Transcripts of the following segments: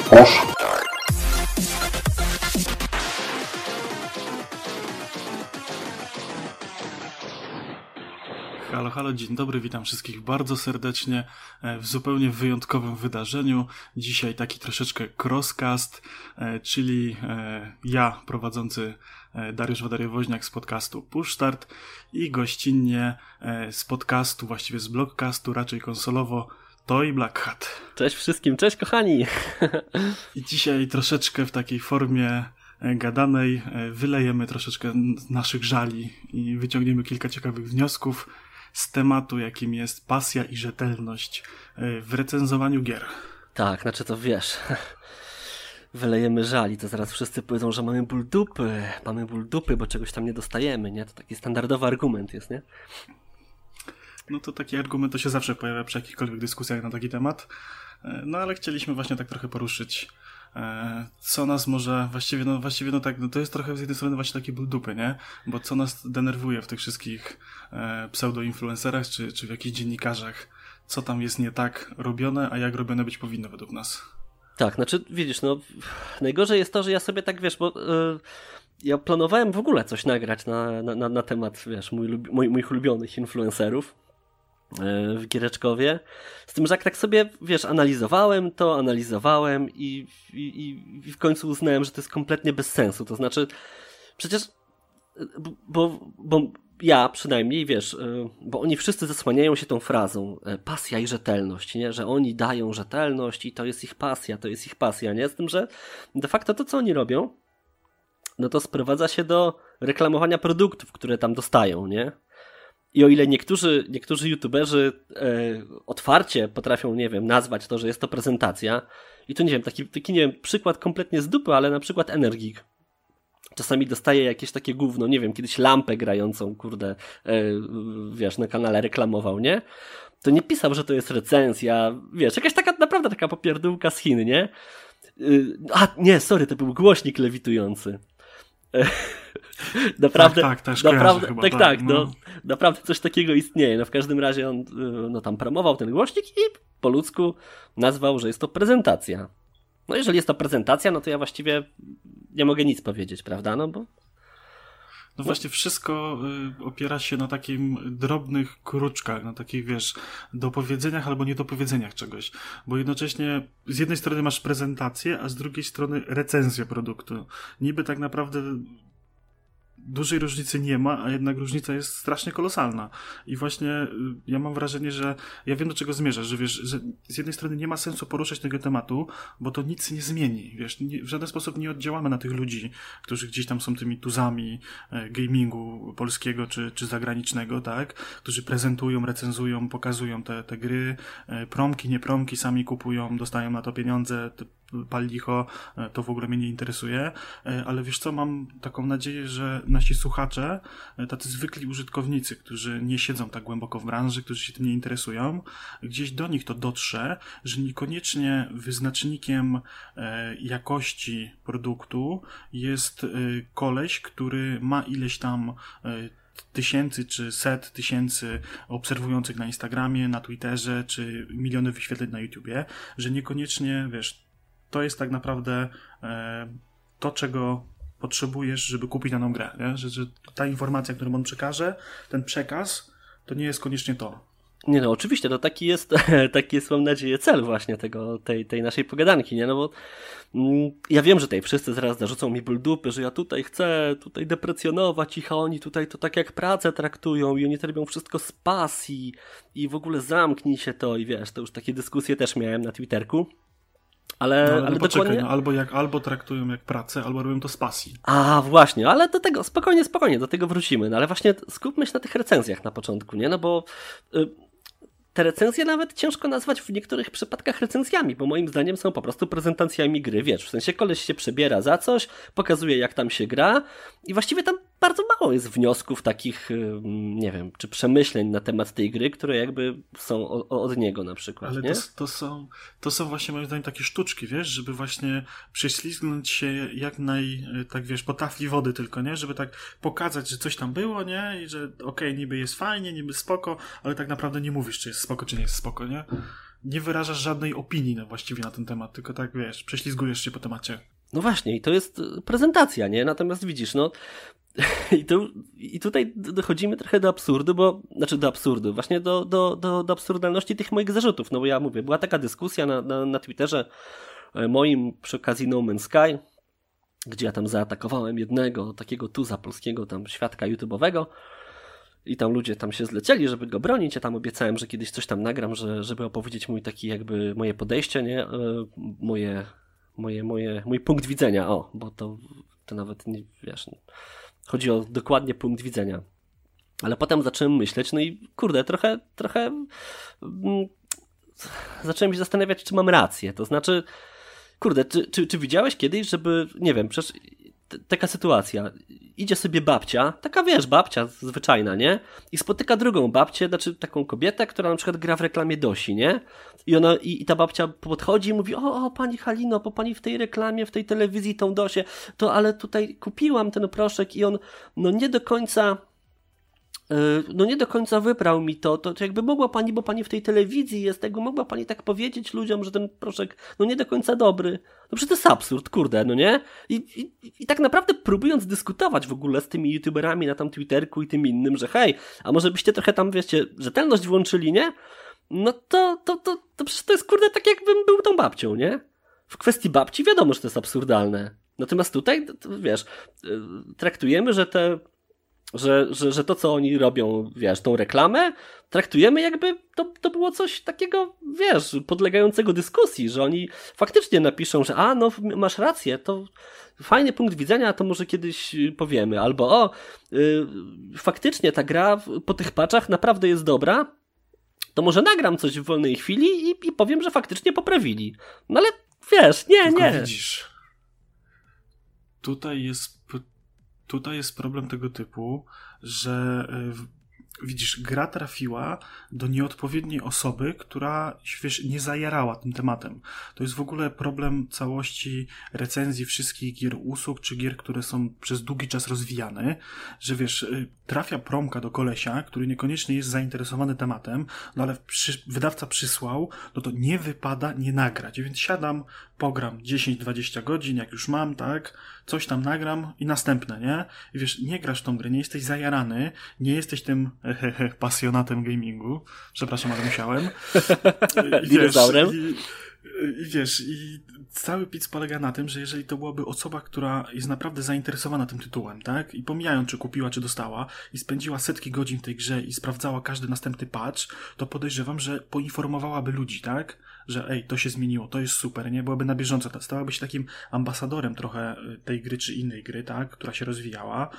Push. Halo, halo, dzień dobry, witam wszystkich bardzo serdecznie w zupełnie wyjątkowym wydarzeniu. Dzisiaj taki troszeczkę crosscast, czyli ja, prowadzący Dariusz Wadariowoźniak z podcastu Push Start i gościnnie z podcastu, właściwie z blogcastu, raczej konsolowo, Toy Black Hat. Cześć wszystkim, cześć kochani! I dzisiaj troszeczkę w takiej formie gadanej wylejemy troszeczkę naszych żali i wyciągniemy kilka ciekawych wniosków z tematu, jakim jest pasja i rzetelność w recenzowaniu gier. Tak, znaczy to wiesz, wylejemy żali, to zaraz wszyscy powiedzą, że mamy ból dupy, bo czegoś tam nie dostajemy, nie? To taki standardowy argument jest, nie? No to taki argument to się zawsze pojawia przy jakichkolwiek dyskusjach na taki temat, no ale chcieliśmy właśnie tak trochę poruszyć, co nas może, właściwie tak, no to jest trochę z jednej strony właśnie takie ból dupy, nie? Bo co nas denerwuje w tych wszystkich pseudo-influencerach czy w jakichś dziennikarzach, co tam jest nie tak robione, a jak robione być powinno według nas. Tak, znaczy widzisz, no najgorzej jest to, że ja sobie tak, wiesz, bo ja planowałem w ogóle coś nagrać na temat, wiesz, moich ulubionych influencerów w Giereczkowie. Z tym, że jak tak sobie, wiesz, analizowałem i w końcu uznałem, że to jest kompletnie bez sensu. To znaczy, przecież bo ja przynajmniej, wiesz, bo oni wszyscy zasłaniają się tą frazą pasja i rzetelność, nie? Że oni dają rzetelność i to jest ich pasja, nie? Z tym, że de facto to, co oni robią, no to sprowadza się do reklamowania produktów, które tam dostają, nie? I o ile niektórzy youtuberzy otwarcie potrafią, nie wiem, nazwać to, że jest to prezentacja, i tu nie wiem, taki nie wiem, przykład kompletnie z dupy, ale na przykład Energik czasami dostaje jakieś takie gówno, nie wiem, kiedyś lampę grającą, kurde, wiesz, na kanale reklamował, nie? To nie pisał, że to jest recenzja, wiesz, jakaś taka, naprawdę taka popierdółka z Chin, nie? To był głośnik lewitujący. Naprawdę, naprawdę coś takiego istnieje. No w każdym razie on tam promował ten głośnik i po ludzku nazwał, że jest to prezentacja. No jeżeli jest to prezentacja, no to ja właściwie nie mogę nic powiedzieć, prawda? No właśnie wszystko opiera się na takim drobnych kruczkach, na takich, wiesz, dopowiedzeniach albo niedopowiedzeniach czegoś. Bo jednocześnie z jednej strony masz prezentację, a z drugiej strony recenzję produktu. Niby tak naprawdę dużej różnicy nie ma, a jednak różnica jest strasznie kolosalna. I właśnie ja mam wrażenie, że ja wiem, do czego zmierzasz, że wiesz, że z jednej strony nie ma sensu poruszać tego tematu, bo to nic nie zmieni. Wiesz, w żaden sposób nie oddziałamy na tych ludzi, którzy gdzieś tam są tymi tuzami gamingu polskiego czy zagranicznego, tak? Którzy prezentują, recenzują, pokazują te gry, promki, nie promki, sami kupują, dostają na to pieniądze, pal licho, to w ogóle mnie nie interesuje, ale wiesz co, mam taką nadzieję, że nasi słuchacze, tacy zwykli użytkownicy, którzy nie siedzą tak głęboko w branży, którzy się tym nie interesują, gdzieś do nich to dotrze, że niekoniecznie wyznacznikiem jakości produktu jest koleś, który ma ileś tam tysięcy czy set tysięcy obserwujących na Instagramie, na Twitterze, czy miliony wyświetleń na YouTubie, że niekoniecznie, wiesz, to jest tak naprawdę to, czego potrzebujesz, żeby kupić daną grę, nie? Że ta informacja, którą on przekaże, ten przekaz, to nie jest koniecznie to. Nie no, oczywiście, to taki jest, mam nadzieję, cel właśnie tej naszej pogadanki, nie? No bo ja wiem, że tutaj wszyscy zaraz zarzucą mi ból dupy, że ja tutaj chcę deprecjonować ich, a oni tutaj to tak jak pracę traktują i oni to robią wszystko z pasji i w ogóle zamknij się to i wiesz, to już takie dyskusje też miałem na Twitterku. Ale poczekaj, dokładnie... albo traktują jak pracę, albo robią to z pasji. A, właśnie, ale do tego, spokojnie, do tego wrócimy. No ale właśnie skupmy się na tych recenzjach na początku, nie? No bo te recenzje nawet ciężko nazwać w niektórych przypadkach recenzjami, bo moim zdaniem są po prostu prezentacjami gry, wiesz, w sensie koleś się przebiera za coś, pokazuje jak tam się gra i właściwie tam bardzo mało jest wniosków takich, nie wiem, czy przemyśleń na temat tej gry, które jakby są od niego na przykład, ale nie? To są właśnie moim zdaniem takie sztuczki, wiesz, żeby właśnie prześlizgnąć się tak wiesz, po tafli wody tylko, nie? Żeby tak pokazać, że coś tam było, nie? I że okej, niby jest fajnie, niby spoko, ale tak naprawdę nie mówisz, czy jest spoko, czy nie jest spoko, nie? Nie wyrażasz żadnej opinii właściwie na ten temat, tylko tak, wiesz, prześlizgujesz się po temacie. No właśnie, i to jest prezentacja, nie? Natomiast widzisz, no i tutaj dochodzimy trochę do absurdu, do absurdu, właśnie do absurdalności tych moich zarzutów, no bo ja mówię, była taka dyskusja na Twitterze moim przy okazji No Man's Sky, gdzie ja tam zaatakowałem jednego takiego tuza polskiego tam świadka YouTube'owego i tam ludzie tam się zlecieli, żeby go bronić, ja tam obiecałem, że kiedyś coś tam nagram, żeby opowiedzieć mój taki jakby moje podejście, nie? Mój punkt widzenia, bo to nawet nie, wiesz, chodzi o dokładnie punkt widzenia. Ale potem zacząłem myśleć, no i kurde, trochę zacząłem się zastanawiać, czy mam rację. To znaczy, kurde, czy widziałeś kiedyś, żeby, nie wiem, przecież taka sytuacja, idzie sobie babcia, taka wiesz, babcia zwyczajna, nie? I spotyka drugą babcię, znaczy taką kobietę, która na przykład gra w reklamie Dosi, nie? I ta babcia podchodzi i mówi, o pani Halino, bo pani w tej reklamie, w tej telewizji tą Dosię, to ale tutaj kupiłam ten proszek i on nie do końca wybrał mi to jakby mogła pani, bo pani w tej telewizji jest, jakby mogła pani tak powiedzieć ludziom, że ten proszek nie do końca dobry. No przecież to jest absurd, kurde, no nie? I tak naprawdę próbując dyskutować w ogóle z tymi youtuberami na tam Twitterku i tym innym, że hej, a może byście trochę tam, wiecie, rzetelność włączyli, nie? No to przecież to jest, kurde, tak jakbym był tą babcią, nie? W kwestii babci wiadomo, że to jest absurdalne. Natomiast tutaj, wiesz, traktujemy, że to, co oni robią, wiesz, tą reklamę, traktujemy jakby to było coś takiego, wiesz, podlegającego dyskusji, że oni faktycznie napiszą, że masz rację, to fajny punkt widzenia, to może kiedyś powiemy, albo faktycznie ta gra po tych patchach naprawdę jest dobra, to może nagram coś w wolnej chwili i powiem, że faktycznie poprawili. No ale wiesz, nie. Widzisz, tutaj jest problem tego typu, że widzisz, gra trafiła do nieodpowiedniej osoby, która, wiesz, nie zajarała tym tematem. To jest w ogóle problem całości recenzji wszystkich gier usług, czy gier, które są przez długi czas rozwijane, że wiesz, trafia promka do kolesia, który niekoniecznie jest zainteresowany tematem, no ale wydawca przysłał, no to nie wypada nie nagrać, więc siadam, pogram 10-20 godzin, jak już mam, tak, coś tam nagram i następne, nie? I wiesz, nie grasz w tą grę, nie jesteś zajarany, nie jesteś tym pasjonatem gamingu, przepraszam, ale musiałem. Dinozaurem. I wiesz, i cały pic polega na tym, że jeżeli to byłaby osoba, która jest naprawdę zainteresowana tym tytułem, tak? I pomijając, czy kupiła, czy dostała i spędziła setki godzin w tej grze i sprawdzała każdy następny patch, to podejrzewam, że poinformowałaby ludzi, tak? Że to się zmieniło, to jest super, nie? Byłaby na bieżąco, stałaby się takim ambasadorem trochę tej gry, czy innej gry, tak? Która się rozwijała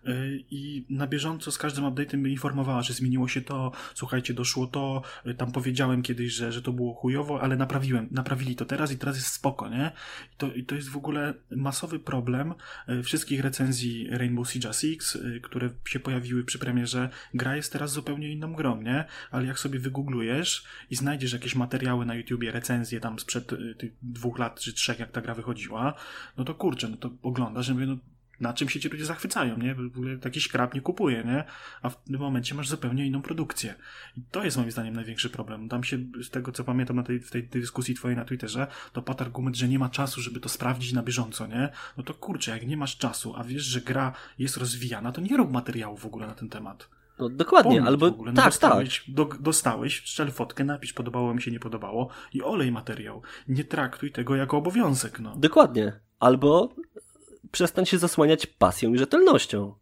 i na bieżąco z każdym update'em by informowała, że zmieniło się to, słuchajcie, doszło to, tam powiedziałem kiedyś, że to było chujowo, ale naprawili to teraz i teraz jest spoko, nie? I to jest w ogóle masowy problem wszystkich recenzji Rainbow Six Siege, które się pojawiły przy premierze. Gra jest teraz zupełnie inną grą, nie? Ale jak sobie wygooglujesz i znajdziesz jakieś materiały na YouTubie, recenzje tam sprzed tych 2 lat czy 3, jak ta gra wychodziła, no to kurczę, no to oglądasz i mówię, no na czym się ci ludzie zachwycają, nie? W ogóle taki szkrab nie kupuje, nie? A w tym momencie masz zupełnie inną produkcję. I to jest moim zdaniem największy problem. Tam się, z tego co pamiętam w tej dyskusji twojej na Twitterze, to padł argument, że nie ma czasu, żeby to sprawdzić na bieżąco, nie? No to kurczę, jak nie masz czasu, a wiesz, że gra jest rozwijana, to nie rób materiału w ogóle na ten temat. No dokładnie, albo w ogóle. No dostałeś, strzel fotkę, napisz podobało mi się, nie podobało i olej materiał. Nie traktuj tego jako obowiązek, no. Dokładnie. Albo przestań się zasłaniać pasją i rzetelnością.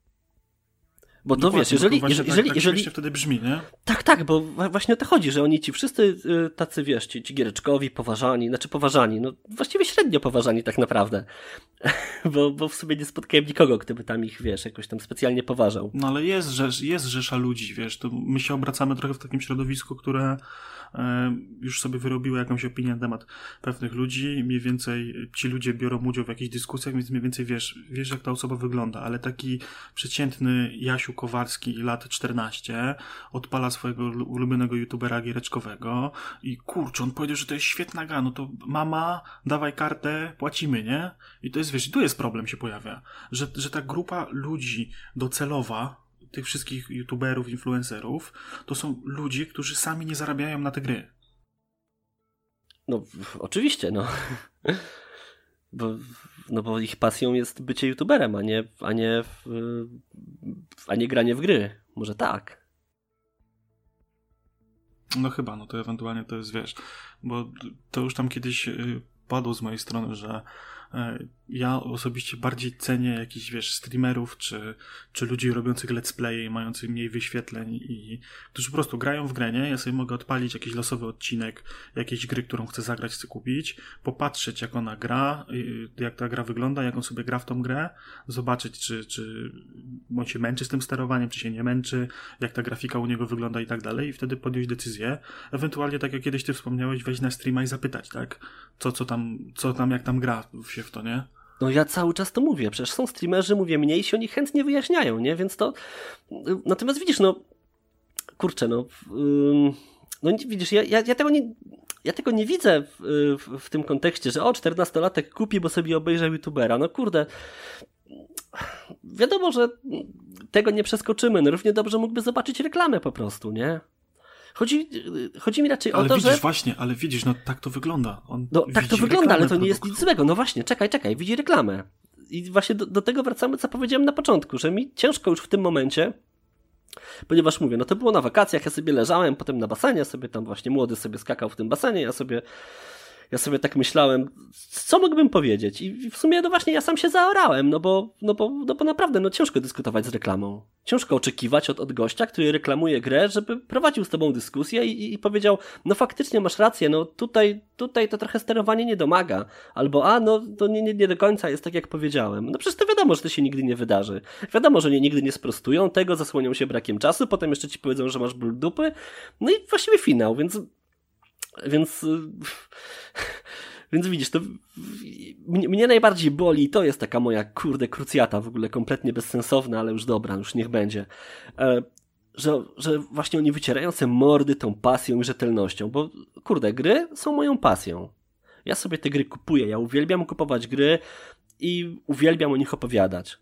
Bo to wiesz, jeżeli wtedy brzmi, nie? Tak, bo właśnie o to chodzi, że oni ci wszyscy tacy, wiesz, ci giereczkowi, poważani, no właściwie średnio poważani tak naprawdę. bo w sumie nie spotkałem nikogo, kto by tam ich, wiesz, jakoś tam specjalnie poważał. No ale jest rzesza ludzi, wiesz, to my się obracamy trochę w takim środowisku, które już sobie wyrobiły jakąś opinię na temat pewnych ludzi, mniej więcej ci ludzie biorą udział w jakichś dyskusjach, więc mniej więcej wiesz jak ta osoba wygląda, ale taki przeciętny Jasiu Kowalski, lat 14, odpala swojego ulubionego youtubera giereczkowego i kurczę, on powiedział, że to jest świetna gra, no to mama, dawaj kartę, płacimy, nie? I to jest, wiesz, tu jest problem się pojawia, że ta grupa ludzi docelowa, tych wszystkich youtuberów, influencerów, to są ludzie, którzy sami nie zarabiają na te gry. No, oczywiście, no. Bo ich pasją jest bycie youtuberem, a nie granie w gry. Może tak. No chyba, no to ewentualnie to jest, wiesz, bo to już tam kiedyś padło z mojej strony, że ja osobiście bardziej cenię jakichś, wiesz, streamerów, czy ludzi robiących let's play i mających mniej wyświetleń i którzy po prostu grają w grę, nie? Ja sobie mogę odpalić jakiś losowy odcinek jakiejś gry, którą chcę zagrać, chcę kupić, popatrzeć jak ona gra, jak ta gra wygląda, jak on sobie gra w tą grę, zobaczyć czy on się męczy z tym sterowaniem, czy się nie męczy, jak ta grafika u niego wygląda i tak dalej i wtedy podjąć decyzję. Ewentualnie, tak jak kiedyś ty wspomniałeś, wejść na streama i zapytać, tak? Co tam, jak tam gra się w to, nie? No ja cały czas to mówię, przecież są streamerzy, mówię, mniejsi, oni chętnie wyjaśniają, nie? Więc to... Natomiast widzisz, no... Kurczę, no... No widzisz, ja tego nie widzę w tym kontekście, że 14-latek kupi, bo sobie obejrzał youtubera. No kurde... Wiadomo, że tego nie przeskoczymy. No równie dobrze mógłby zobaczyć reklamę po prostu, nie? Chodzi mi raczej o to, widzisz, że... Właśnie, ale widzisz, no tak to wygląda. No tak to wygląda, ale to nie jest nic złego. No właśnie, czekaj, widzi reklamę. I właśnie do tego wracamy, co powiedziałem na początku, że mi ciężko już w tym momencie, ponieważ mówię, no to było na wakacjach, ja sobie leżałem potem na basenie, sobie tam właśnie młody sobie skakał w tym basenie, ja sobie tak myślałem, co mógłbym powiedzieć? I w sumie no właśnie ja sam się zaorałem, no bo naprawdę no ciężko dyskutować z reklamą. Ciężko oczekiwać od gościa, który reklamuje grę, żeby prowadził z tobą dyskusję i powiedział, no faktycznie masz rację, no tutaj to trochę sterowanie nie domaga. Albo no to nie do końca jest tak jak powiedziałem. No przecież to wiadomo, że to się nigdy nie wydarzy. Wiadomo, że nigdy nie sprostują tego, zasłonią się brakiem czasu, potem jeszcze ci powiedzą, że masz ból dupy. No i właściwie finał, Więc widzisz, to mnie najbardziej boli i to jest taka moja krucjata w ogóle kompletnie bezsensowna, ale już dobra, już niech będzie. Że właśnie oni wycierają sobie mordy tą pasją i rzetelnością, bo gry są moją pasją. Ja sobie te gry kupuję, ja uwielbiam kupować gry i uwielbiam o nich opowiadać.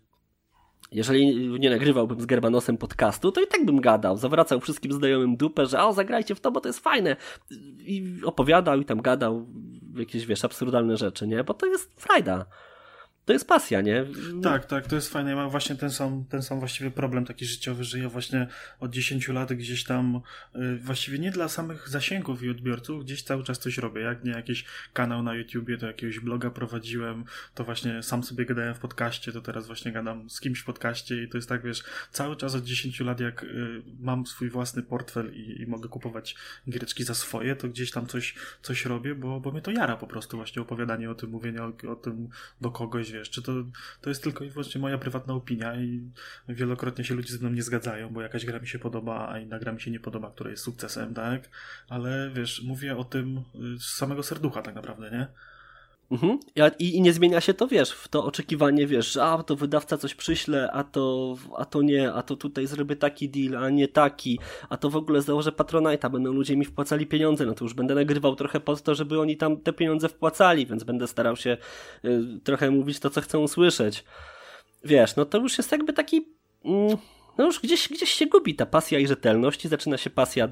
Jeżeli nie nagrywałbym z Gerbanosem podcastu, to i tak bym gadał, zawracał wszystkim znajomym dupę, że zagrajcie w to, bo to jest fajne. I opowiadał i tam gadał jakieś, wiesz, absurdalne rzeczy, nie? Bo to jest frajda. To jest pasja, nie? Tak, to jest fajne. Ja mam właśnie ten sam właściwie problem taki życiowy, że ja właśnie od 10 lat gdzieś tam właściwie nie dla samych zasięgów i odbiorców, gdzieś cały czas coś robię. Jak nie jakiś kanał na YouTubie, to jakiegoś bloga prowadziłem, to właśnie sam sobie gadałem w podcaście, to teraz właśnie gadam z kimś w podcaście i to jest tak, wiesz, cały czas od 10 lat jak mam swój własny portfel i mogę kupować giereczki za swoje, to gdzieś tam coś robię, bo mnie to jara po prostu właśnie opowiadanie o tym, mówienie o tym do kogoś, wiesz, czy to jest tylko i wyłącznie moja prywatna opinia i wielokrotnie się ludzie ze mną nie zgadzają, bo jakaś gra mi się podoba, a inna gra mi się nie podoba, która jest sukcesem, tak? Ale wiesz, mówię o tym z samego serducha tak naprawdę, nie? Mhm. I nie zmienia się to, wiesz, w to oczekiwanie, wiesz, że to wydawca coś przyśle, a to nie, a to tutaj zrobię taki deal, a nie taki, a to w ogóle założę Patronite'a, będą ludzie mi wpłacali pieniądze, no to już będę nagrywał trochę po to, żeby oni tam te pieniądze wpłacali, więc będę starał się trochę mówić to, co chcą usłyszeć. Wiesz, no to już jest jakby taki... No już gdzieś się gubi ta pasja i rzetelność i zaczyna się pasja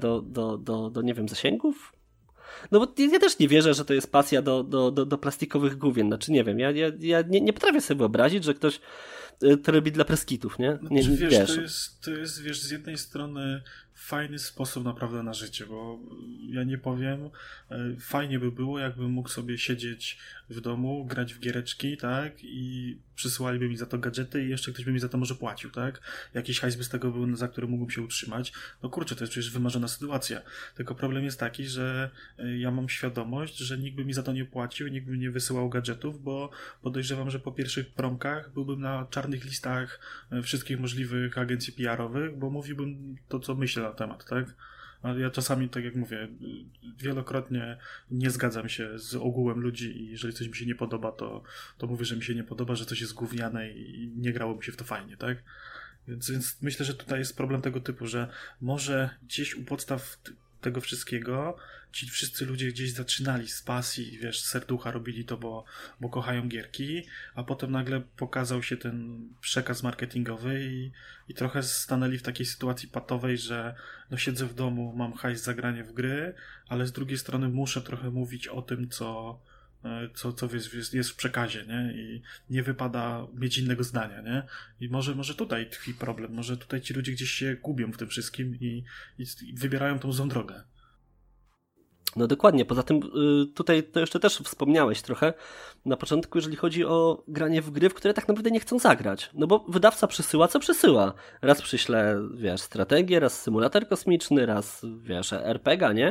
do nie wiem, zasięgów? No bo ja też nie wierzę, że to jest pasja do plastikowych główien. Znaczy nie wiem, ja nie potrafię sobie wyobrazić, że ktoś to robi dla preskitów, nie? Nie, znaczy, wiesz. To jest, wiesz, z jednej strony fajny sposób naprawdę na życie, bo ja nie powiem, fajnie by było, jakbym mógł sobie siedzieć w domu, grać w giereczki, tak, i przysyłaliby mi za to gadżety i jeszcze ktoś by mi za to może płacił, tak, jakiś hajs by z tego był, za który mógłbym się utrzymać. No kurczę, to jest przecież wymarzona sytuacja, tylko problem jest taki, że ja mam świadomość, że nikt by mi za to nie płacił, nikt by nie wysyłał gadżetów, bo podejrzewam, że po pierwszych promkach byłbym na czarnych listach wszystkich możliwych agencji PR-owych, bo mówiłbym to, co myślę na temat, tak? Ale ja czasami, tak jak mówię, wielokrotnie nie zgadzam się z ogółem ludzi i jeżeli coś mi się nie podoba, to mówię, że mi się nie podoba, że coś jest gówniane i nie grało mi się w to fajnie, tak? Więc myślę, że tutaj jest problem tego typu, że może gdzieś u podstaw tego wszystkiego ci wszyscy ludzie gdzieś zaczynali z pasji, wiesz, z serducha robili to, bo kochają gierki, a potem nagle pokazał się ten przekaz marketingowy i trochę stanęli w takiej sytuacji patowej, że no siedzę w domu, mam hajs za granie w gry, ale z drugiej strony muszę trochę mówić o tym, co jest w przekazie, nie? I nie wypada mieć innego zdania, nie? I może tutaj tkwi problem, może tutaj ci ludzie gdzieś się gubią w tym wszystkim i wybierają tą złą drogę. No dokładnie, poza tym tutaj to jeszcze też wspomniałeś trochę na początku, jeżeli chodzi o granie w gry, w które tak naprawdę nie chcą zagrać. No bo wydawca przysyła, co przysyła. Raz przyśle, wiesz, strategię, raz symulator kosmiczny, raz, wiesz, RPG, nie?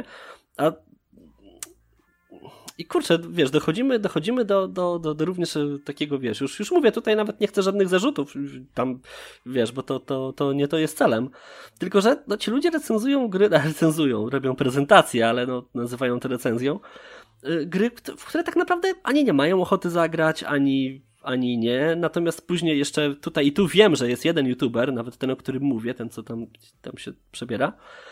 I kurczę, wiesz, dochodzimy do również takiego, wiesz, już mówię, tutaj nawet nie chcę żadnych zarzutów tam, wiesz, bo to nie to jest celem. Tylko, że no, ci ludzie recenzują gry, robią prezentacje, ale no, nazywają to recenzją. Gry, w które tak naprawdę ani nie mają ochoty zagrać, ani nie. Natomiast później jeszcze tutaj i tu wiem, że jest jeden youtuber, nawet ten, o którym mówię, ten, co tam się przebiera,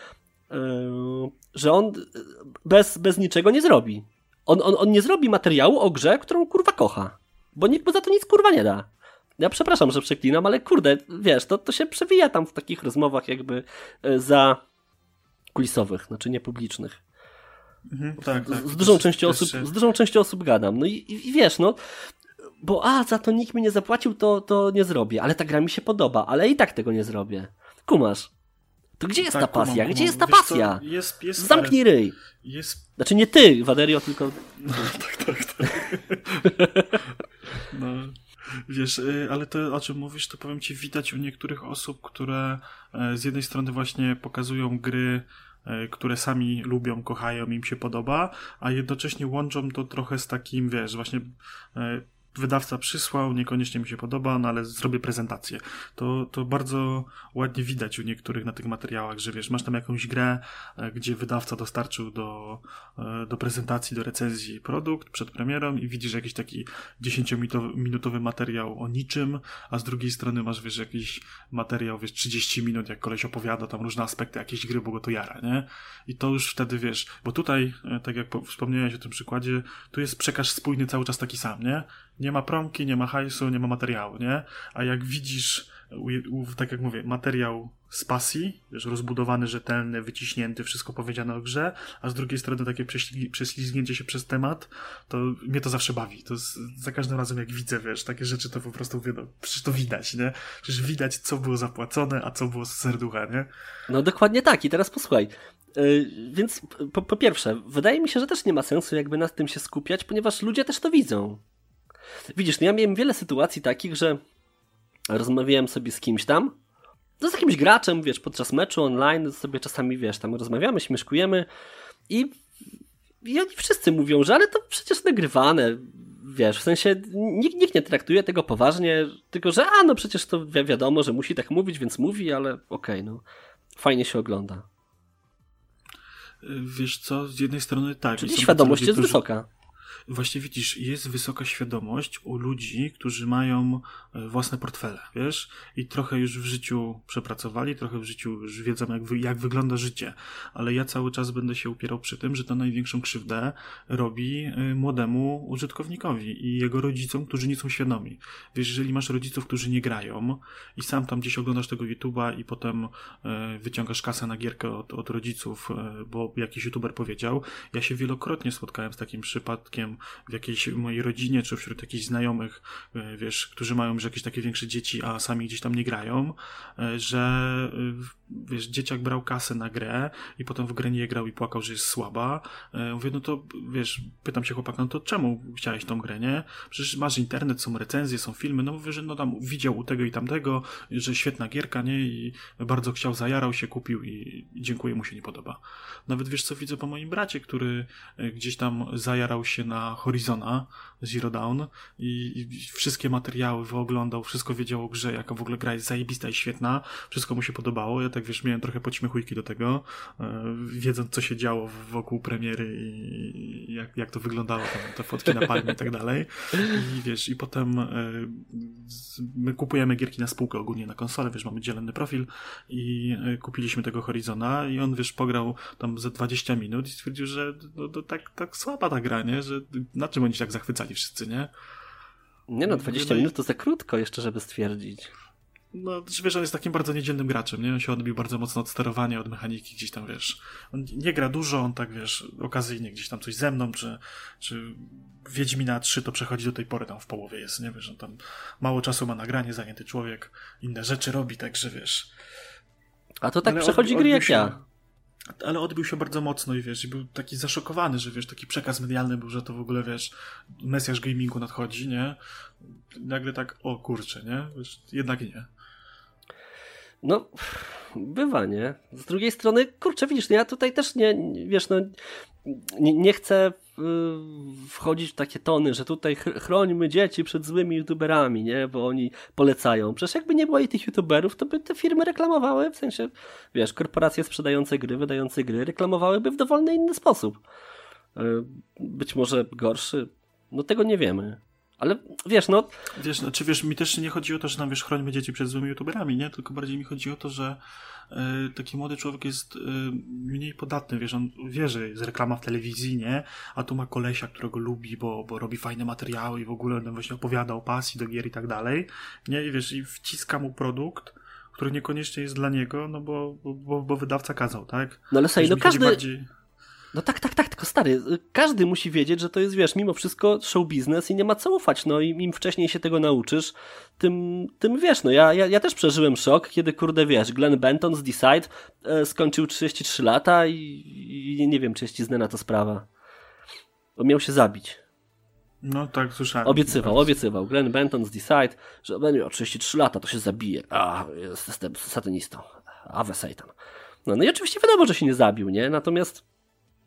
że on bez niczego nie zrobi. On nie zrobi materiału o grze, którą kurwa kocha. Bo nikt mu za to nic kurwa nie da. Ja przepraszam, że przeklinam, ale kurde, wiesz, to się przewija tam w takich rozmowach jakby za kulisowych, znaczy niepublicznych. Tak. Z dużą częścią osób gadam. No i wiesz, no, bo za to nikt mi nie zapłacił, to nie zrobię. Ale ta gra mi się podoba, ale i tak tego nie zrobię. Kumasz. To gdzie jest ta pasja? Kumam. Gdzie jest ta pasja? Jest, zamknij ryj. Znaczy nie ty, Waderio, tylko... No, tak. No, wiesz, ale to, o czym mówisz, to powiem ci, widać u niektórych osób, które z jednej strony właśnie pokazują gry, które sami lubią, kochają, im się podoba, a jednocześnie łączą to trochę z takim, wiesz, właśnie... wydawca przysłał, niekoniecznie mi się podoba, no ale zrobię prezentację. To bardzo ładnie widać u niektórych na tych materiałach, że wiesz, masz tam jakąś grę, gdzie wydawca dostarczył do prezentacji, do recenzji produkt przed premierą i widzisz jakiś taki 10-minutowy materiał o niczym, a z drugiej strony masz, wiesz, jakiś materiał, wiesz, 30 minut, jak koleś opowiada tam różne aspekty jakiejś gry, bo go to jara, nie? I to już wtedy, wiesz, bo tutaj, tak jak wspomniałeś o tym przykładzie, tu jest przekaz spójny cały czas taki sam, nie? Nie ma promki, nie ma hajsu, nie ma materiału, nie? A jak widzisz, tak jak mówię, materiał z pasji, wiesz, rozbudowany, rzetelny, wyciśnięty, wszystko powiedziane o grze, a z drugiej strony takie prześlizgnięcie się przez temat, to mnie to zawsze bawi. To za każdym razem jak widzę, wiesz, takie rzeczy, to po prostu mówię, no, przecież to widać, nie? Przecież widać, co było zapłacone, a co było z serducha, nie? No dokładnie tak. I teraz posłuchaj. Więc po pierwsze, wydaje mi się, że też nie ma sensu jakby nad tym się skupiać, ponieważ ludzie też to widzą. Widzisz, no ja miałem wiele sytuacji takich, że rozmawiałem sobie z kimś tam, z jakimś graczem, wiesz, podczas meczu online sobie czasami, wiesz, tam rozmawiamy, śmieszkujemy i oni wszyscy mówią, że ale to przecież nagrywane, wiesz, w sensie nikt nie traktuje tego poważnie, tylko że no przecież to wiadomo, że musi tak mówić, więc mówi, ale okej, no fajnie się ogląda. Wiesz co, z jednej strony tak. Czyli świadomość jest wysoka. Właśnie widzisz, jest wysoka świadomość u ludzi, którzy mają własne portfele, wiesz? I trochę już w życiu przepracowali, trochę w życiu już wiedzą, jak wygląda życie. Ale ja cały czas będę się upierał przy tym, że to największą krzywdę robi młodemu użytkownikowi i jego rodzicom, którzy nie są świadomi. Wiesz, jeżeli masz rodziców, którzy nie grają i sam tam gdzieś oglądasz tego YouTube'a i potem wyciągasz kasę na gierkę od rodziców, bo jakiś YouTuber powiedział, ja się wielokrotnie spotkałem z takim przypadkiem w jakiejś mojej rodzinie, czy wśród jakichś znajomych, wiesz, którzy mają już jakieś takie większe dzieci, a sami gdzieś tam nie grają, że wiesz, dzieciak brał kasę na grę i potem w grę nie grał i płakał, że jest słaba. Mówię, no to wiesz, pytam się chłopaka, no to czemu chciałeś tą grę, nie? Przecież masz internet, są recenzje, są filmy, no mówię, że no tam widział u tego i tamtego, że świetna gierka, nie? I bardzo chciał, zajarał się, kupił i dziękuję, mu się nie podoba. Nawet wiesz co, widzę po moim bracie, który gdzieś tam zajarał się na Horizona Zero Dawn i wszystkie materiały wyoglądał, wszystko wiedział o grze, jaka w ogóle gra jest zajebista i świetna, wszystko mu się podobało. Ja tak, wiesz, miałem trochę podśmiechujki do tego, wiedząc, co się działo wokół premiery i jak to wyglądało, te fotki na palmie i tak dalej. I wiesz, i potem my kupujemy gierki na spółkę ogólnie na konsolę, wiesz, mamy dzielny profil i kupiliśmy tego Horizona i on, wiesz, pograł tam ze 20 minut i stwierdził, że to tak słaba ta gra, nie? Że na czym oni się tak zachwycali wszyscy, nie? Nie no, 20 minut to za krótko jeszcze, żeby stwierdzić. No, wiesz, on jest takim bardzo niedzielnym graczem, nie? On się odbił bardzo mocno od sterowania, od mechaniki gdzieś tam, wiesz. On nie gra dużo, on tak, wiesz, okazyjnie gdzieś tam coś ze mną, czy Wiedźmina 3 to przechodzi do tej pory, tam w połowie jest, nie? Wiesz, on tam mało czasu ma na granie, zajęty człowiek, inne rzeczy robi, także wiesz. A to tak przechodzi gry jak ja. Ale odbił się bardzo mocno i wiesz, i był taki zaszokowany, że wiesz, taki przekaz medialny był, że to w ogóle, wiesz, mesjasz gamingu nadchodzi, nie? Nagle tak, o kurczę, nie? Wiesz, jednak nie. No, bywa, nie? Z drugiej strony, kurczę, widzisz, ja tutaj też nie chcę wchodzić w takie tony, że tutaj chrońmy dzieci przed złymi youtuberami, nie? Bo oni polecają. Przecież jakby nie było i tych youtuberów, to by te firmy reklamowały, w sensie, wiesz, korporacje sprzedające gry, wydające gry, reklamowałyby w dowolny inny sposób. Być może gorszy, no tego nie wiemy. Ale wiesz, no... Wiesz, znaczy, wiesz, mi też nie chodzi o to, że tam, wiesz, chrońmy dzieci przed złymi youtuberami, nie? Tylko bardziej mi chodzi o to, że taki młody człowiek jest mniej podatny, wiesz, on wie, że jest reklama w telewizji, nie? A tu ma kolesia, którego lubi, bo robi fajne materiały i w ogóle on właśnie opowiada o pasji do gier i tak dalej, nie? I wiesz, i wciska mu produkt, który niekoniecznie jest dla niego, no bo wydawca kazał, tak? No ale sobie, no każdy... Bardziej... No tak, tylko stary, każdy musi wiedzieć, że to jest, wiesz, mimo wszystko show biznes i nie ma co ufać, no i im wcześniej się tego nauczysz, tym wiesz, no ja też przeżyłem szok, kiedy, kurde, wiesz, Glenn Benton z Decide skończył 33 lata i nie wiem, czy jest ci znana ta sprawa. On miał się zabić. No tak, słyszałem. Obiecywał. Glenn Benton z Decide, że będzie miał 33 lata, to się zabije. Jestem satanistą. Ave Satan. No i oczywiście wiadomo, że się nie zabił, nie? Natomiast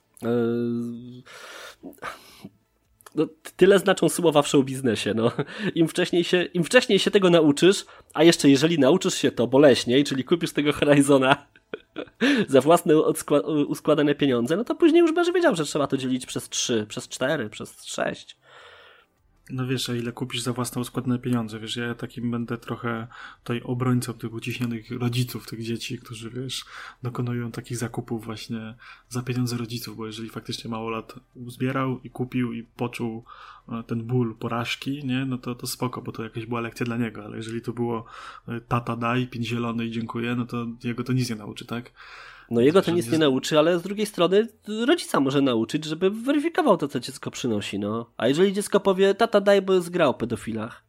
no, tyle znaczą słowa w show biznesie. No. Im wcześniej się tego nauczysz, a jeszcze jeżeli nauczysz się to boleśniej, czyli kupisz tego Horizona za własne uskładane pieniądze, no to później już będziesz wiedział, że trzeba to dzielić przez 3, przez 4, przez 6. No wiesz, a ile kupisz za własne uskładane pieniądze, wiesz, ja takim będę trochę tutaj obrońcą tych uciśnionych rodziców, tych dzieci, którzy, wiesz, dokonują takich zakupów właśnie za pieniądze rodziców, bo jeżeli faktycznie mało lat uzbierał i kupił i poczuł ten ból porażki, nie, no to spoko, bo to jakaś była lekcja dla niego, ale jeżeli to było tata daj, 5 zielony i dziękuję, no to jego to nic nie nauczy, tak? No jego to nic nie nauczy, ale z drugiej strony rodzica może nauczyć, żeby weryfikował to, co dziecko przynosi, no. A jeżeli dziecko powie, tata daj, bo jest gra o pedofilach.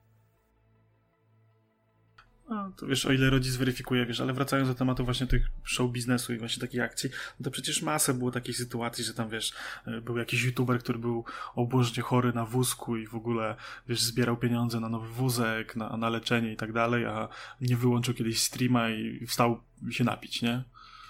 No, to wiesz, o ile rodzic weryfikuje, wiesz, ale wracając do tematu właśnie tych show biznesu i właśnie takich akcji, no to przecież masę było takich sytuacji, że tam, wiesz, był jakiś youtuber, który był obłożnie chory na wózku i w ogóle, wiesz, zbierał pieniądze na nowy wózek, na leczenie i tak dalej, a nie wyłączył kiedyś streama i wstał się napić, nie?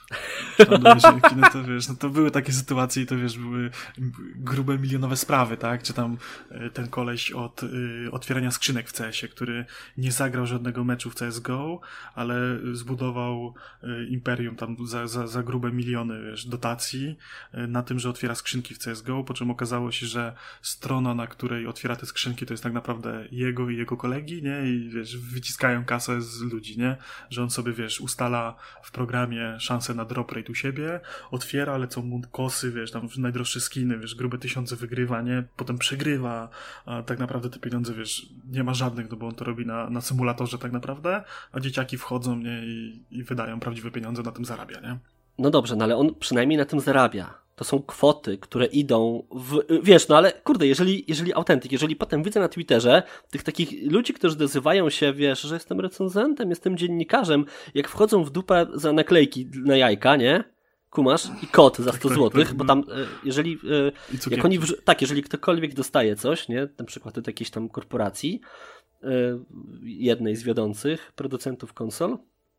No to wiesz, no to były takie sytuacje i to wiesz, były grube milionowe sprawy, tak? Czy tam ten koleś od otwierania skrzynek w CS-ie, który nie zagrał żadnego meczu w CSGO, ale zbudował imperium tam za grube miliony, wiesz, dotacji na tym, że otwiera skrzynki w CSGO, po czym okazało się, że strona, na której otwiera te skrzynki, to jest tak naprawdę jego i jego kolegi, nie? I wiesz, wyciskają kasę z ludzi, nie? Że on sobie, wiesz, ustala w programie szansę na drop rate u siebie, otwiera, lecą mu kosy, wiesz, tam najdroższe skiny, wiesz, grube tysiące wygrywa, nie? Potem przegrywa, a tak naprawdę te pieniądze, wiesz, nie ma żadnych, no bo on to robi na symulatorze tak naprawdę, a dzieciaki wchodzą, nie? I wydają prawdziwe pieniądze, na tym zarabia, nie? No dobrze, no ale on przynajmniej na tym zarabia. To są kwoty, które idą wiesz, no ale kurde, jeżeli autentyk, jeżeli potem widzę na Twitterze tych takich ludzi, którzy nazywają się, wiesz, że jestem recenzentem, jestem dziennikarzem, jak wchodzą w dupę za naklejki na jajka, nie? Kumasz? I kod za 100 złotych, bo tam, jeżeli jak oni, jeżeli ktokolwiek dostaje coś, nie? Na przykład od jakiejś tam korporacji, jednej z wiodących producentów konsol,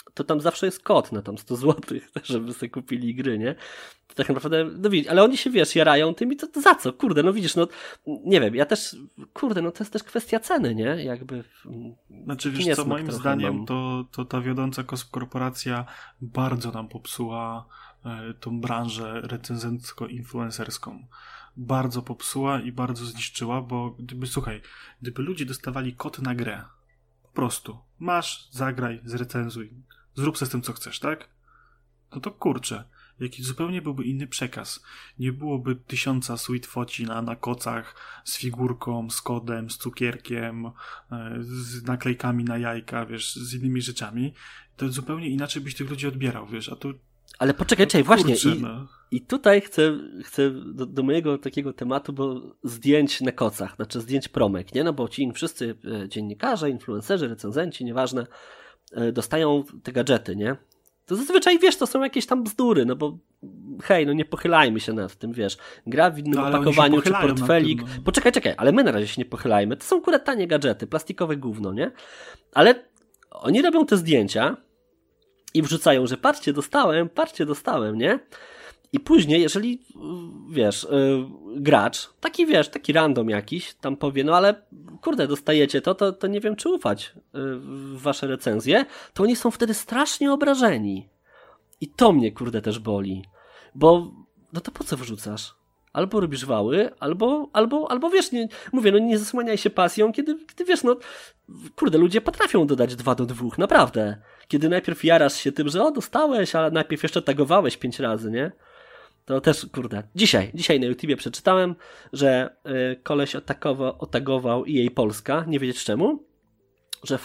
to tam zawsze jest kod na tam 100 zł, żeby sobie kupili gry, nie? To tak naprawdę, no widzisz, ale oni się, wiesz, jarają tym i to za co? Kurde, no widzisz, no nie wiem, ja też, kurde, no to jest też kwestia ceny, nie? Jakby... Znaczy, wiesz co, moim zdaniem to ta wiodąca korporacja bardzo nam popsuła tą branżę recenzencko-influencerską. Bardzo popsuła i bardzo zniszczyła, bo gdyby ludzie dostawali kod na grę, po prostu, masz, zagraj, zrecenzuj, zrób se z tym co chcesz, tak? No to kurczę, jaki zupełnie byłby inny przekaz. Nie byłoby 1000 sweet foci na kocach z figurką, z kodem, z cukierkiem, z naklejkami na jajka, wiesz, z innymi rzeczami. To zupełnie inaczej byś tych ludzi odbierał, wiesz, a tu... Ale poczekaj, właśnie, i tutaj chcę do mojego takiego tematu, bo zdjęć na kocach, znaczy zdjęć promek, nie? No bo ci wszyscy dziennikarze, influencerzy, recenzenci, nieważne, dostają te gadżety, nie? To zazwyczaj, wiesz, to są jakieś tam bzdury, no bo hej, no nie pochylajmy się nad tym, wiesz, gra w innym opakowaniu, czy portfelik. Tym, no. Poczekaj, ale my na razie się nie pochylajmy. To są akurat tanie gadżety, plastikowe gówno, nie? Ale oni robią te zdjęcia i wrzucają, że patrzcie, dostałem, nie? I później, jeżeli, wiesz, gracz, taki random jakiś, tam powie, no ale kurde, dostajecie to nie wiem, czy ufać w wasze recenzje, to oni są wtedy strasznie obrażeni. I to mnie, kurde, też boli. Bo, no to po co wrzucasz? Albo robisz wały, albo wiesz, nie zasłaniaj się pasją, kiedy wiesz, no, kurde, ludzie potrafią dodać 2 do 2, naprawdę. Kiedy najpierw jarasz się tym, że dostałeś, ale najpierw jeszcze tagowałeś 5 razy, nie? To też, kurde, dzisiaj na YouTubie przeczytałem, że koleś otagował EA Polska, nie wiedzieć czemu, że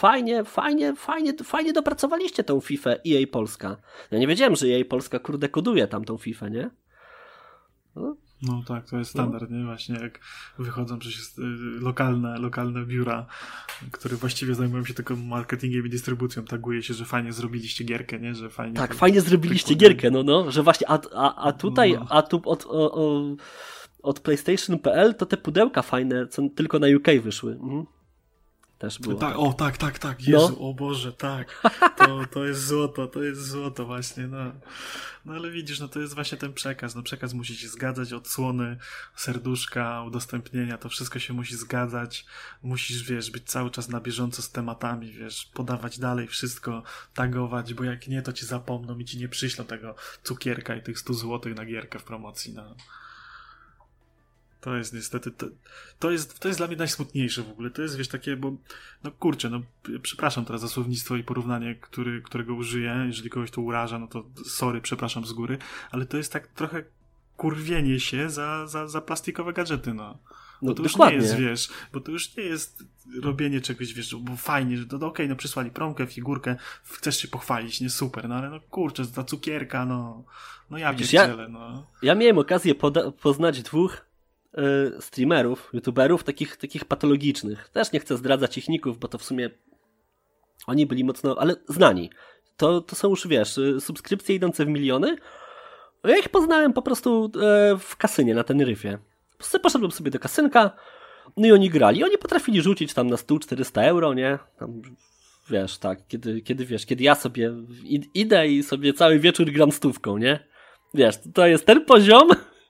fajnie dopracowaliście tą FIFA EA Polska. Ja nie wiedziałem, że EA Polska, kurde, koduje tam tą FIFA, nie? No tak, to jest standard, nie? Właśnie jak wychodzą przecież lokalne biura, które właściwie zajmują się tylko marketingiem i dystrybucją, taguje się, że fajnie zrobiliście gierkę, nie? Że fajnie... Tak, fajnie zrobiliście gierkę, że właśnie, a tutaj, tu od PlayStation.pl to te pudełka fajne, co tylko na UK wyszły. Też było. Tak. Jezu, o Boże, tak. To jest złoto właśnie, no. No ale widzisz, no to jest właśnie ten przekaz. No przekaz musi się zgadzać, odsłony, serduszka, udostępnienia, to wszystko się musi zgadzać. Musisz, wiesz, być cały czas na bieżąco z tematami, wiesz, podawać dalej wszystko, tagować, bo jak nie, to ci zapomną i ci nie przyślą tego cukierka i tych 100 złotych na gierkę w promocji, no. To jest niestety, to jest dla mnie najsmutniejsze w ogóle. To jest, wiesz, takie, bo, no kurczę, no przepraszam teraz za słownictwo i porównanie, którego użyję. Jeżeli kogoś to uraża, no to sorry, przepraszam z góry, ale to jest tak trochę kurwienie się za plastikowe gadżety, no. Bo to dokładnie. Już nie jest, wiesz, bo to już nie jest robienie czegoś, wiesz, bo fajnie, że to okej, no przysłali promkę, figurkę, chcesz się pochwalić, nie, super, no ale no kurczę, ta cukierka, no ja pierdzielę, no. Ja miałem okazję poznać 2 streamerów, youtuberów, takich patologicznych. Też nie chcę zdradzać ich ników, bo to w sumie oni byli mocno, ale znani. To są już, wiesz, subskrypcje idące w miliony. Ja ich poznałem po prostu w kasynie na Teneryfie. Poszedłem sobie do kasynka, no i oni grali. Oni potrafili rzucić tam na stół 400 euro, nie? Tam, wiesz, tak, kiedy ja sobie idę i sobie cały wieczór gram 100, nie? Wiesz, to jest ten poziom,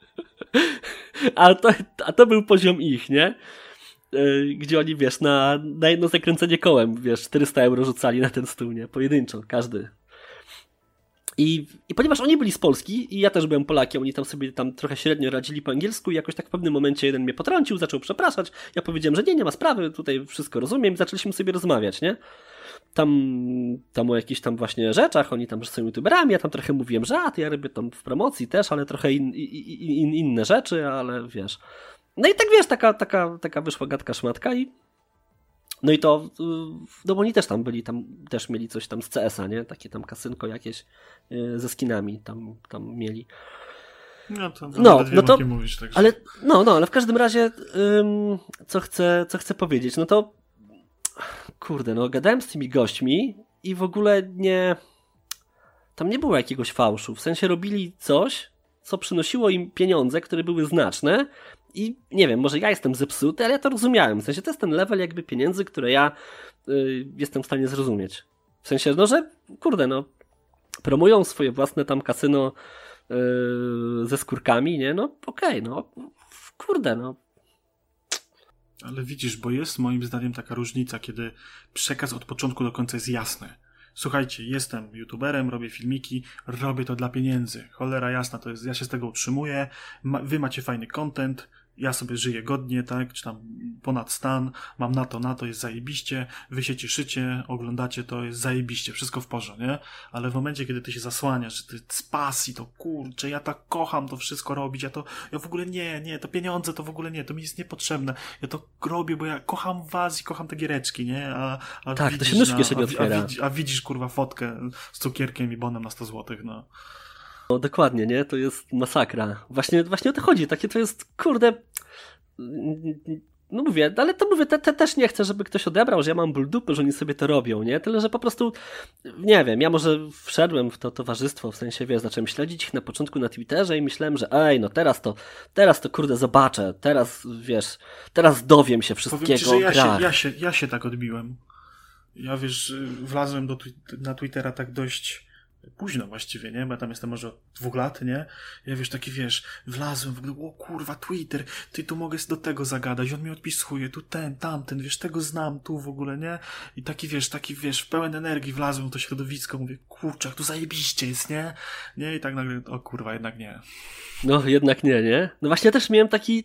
a to był poziom ich, nie? Gdzie oni, wiesz, na jedno zakręcenie kołem, wiesz, 400 euro rzucali na ten stół, nie? Pojedynczo, każdy. I ponieważ oni byli z Polski i ja też byłem Polakiem, oni tam sobie trochę średnio radzili po angielsku i jakoś tak w pewnym momencie jeden mnie potrącił, zaczął przepraszać. Ja powiedziałem, że nie ma sprawy, tutaj wszystko rozumiem i zaczęliśmy sobie rozmawiać, nie? Tam o jakichś tam właśnie rzeczach, oni tam są youtuberami, ja tam trochę mówiłem, że ja robię tam w promocji też, ale trochę inne rzeczy, ale wiesz. No i tak wiesz, taka wyszła gadka szmatka i no i to, no bo oni też tam byli, tam też mieli coś tam z CS-a, nie? Takie tam kasynko jakieś ze skinami tam mieli. No to mówisz, także. Ale w każdym razie co chcę powiedzieć, no to kurde, no gadałem z tymi gośćmi i w ogóle tam nie było jakiegoś fałszu, w sensie robili coś, co przynosiło im pieniądze, które były znaczne i nie wiem, może ja jestem zepsuty, ale ja to rozumiałem, w sensie to jest ten level jakby pieniędzy, które ja jestem w stanie zrozumieć. W sensie, no że, kurde, no, promują swoje własne tam kasyno ze skórkami, nie? No okej, no, kurde, no. Ale widzisz, bo jest moim zdaniem taka różnica, kiedy przekaz od początku do końca jest jasny. Słuchajcie, jestem youtuberem, robię filmiki, robię to dla pieniędzy. Cholera jasna, to jest, ja się z tego utrzymuję, wy macie fajny content, ja sobie żyję godnie, tak, czy tam ponad stan, mam na to, jest zajebiście, wy się cieszycie, oglądacie to, jest zajebiście, wszystko w porządku, nie? Ale w momencie, kiedy ty się zasłaniasz, że ty z pasji, to kurczę, ja tak kocham to wszystko robić, ja w ogóle nie, to pieniądze to w ogóle nie, to mi jest niepotrzebne, ja to robię, bo ja kocham was i kocham te giereczki, nie? A tak, widzisz, to się nóżki sobie otwiera. A widzisz, kurwa, fotkę z cukierkiem i bonem na 100 zł, no. No dokładnie, nie? To jest masakra. Właśnie o to chodzi. Takie to jest, kurde... No mówię, ale to mówię, też nie chcę, żeby ktoś odebrał, że ja mam ból dupy, że oni sobie to robią, nie? Tyle, że po prostu, nie wiem, ja może wszedłem w to towarzystwo, w sensie, wiesz, zacząłem śledzić ich na początku na Twitterze i myślałem, że no teraz to kurde zobaczę, teraz, wiesz, teraz dowiem się wszystkiego o grach. Ja się tak odbiłem. Ja, wiesz, wlazłem na Twittera tak dość późno właściwie, nie? Bo ja tam jestem może od 2 lat, nie? Ja, wiesz, taki, wiesz, wlazłem w ogóle, o kurwa, Twitter, ty tu mogę do tego zagadać, on mi odpisuje, tu tamten, wiesz, tego znam, tu w ogóle, nie? I taki, wiesz, w pełen energii wlazłem w to środowisko, mówię, kurczę, jak tu zajebiście jest, nie? Nie? I tak nagle, o kurwa, jednak nie. No, jednak nie? No właśnie ja też miałem taki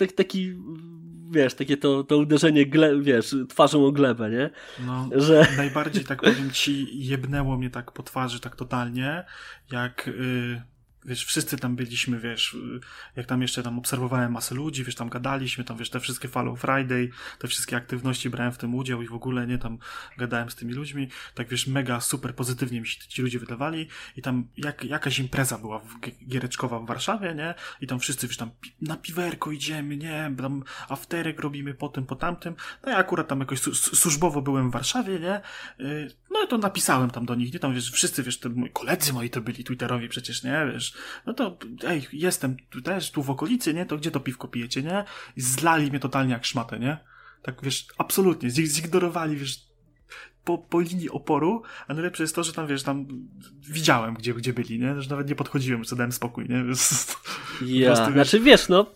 wiesz, takie to uderzenie, wiesz, twarzą o glebę, nie? No, że... najbardziej, tak powiem ci, jebnęło mnie tak po twarzy, tak totalnie, jak... Wiesz, wszyscy tam byliśmy, wiesz, jak tam jeszcze tam obserwowałem masę ludzi, wiesz, tam gadaliśmy, tam wiesz, te wszystkie Follow Friday, te wszystkie aktywności, brałem w tym udział i w ogóle, nie, tam gadałem z tymi ludźmi, tak wiesz, mega super pozytywnie mi się ci ludzie wydawali i tam jakaś impreza była giereczkowa w Warszawie, nie, i tam wszyscy, wiesz, tam na piwerko idziemy, nie, tam afterek robimy po tym, po tamtym, no ja akurat tam jakoś służbowo byłem w Warszawie, nie, no i to napisałem tam do nich, nie, tam wiesz, wszyscy, wiesz, koledzy moi to byli Twitterowi przecież, nie, wiesz, no to, jestem tu też, tu w okolicy, nie? To gdzie to piwko pijecie, nie? I zlali mnie totalnie jak szmatę, nie? Tak, wiesz, absolutnie, zignorowali, wiesz, po linii oporu, a najlepsze jest to, że tam, wiesz, tam widziałem, gdzie byli, nie? Że nawet nie podchodziłem, że dałem spokój, nie? Ja, prostu, znaczy, wiesz, no,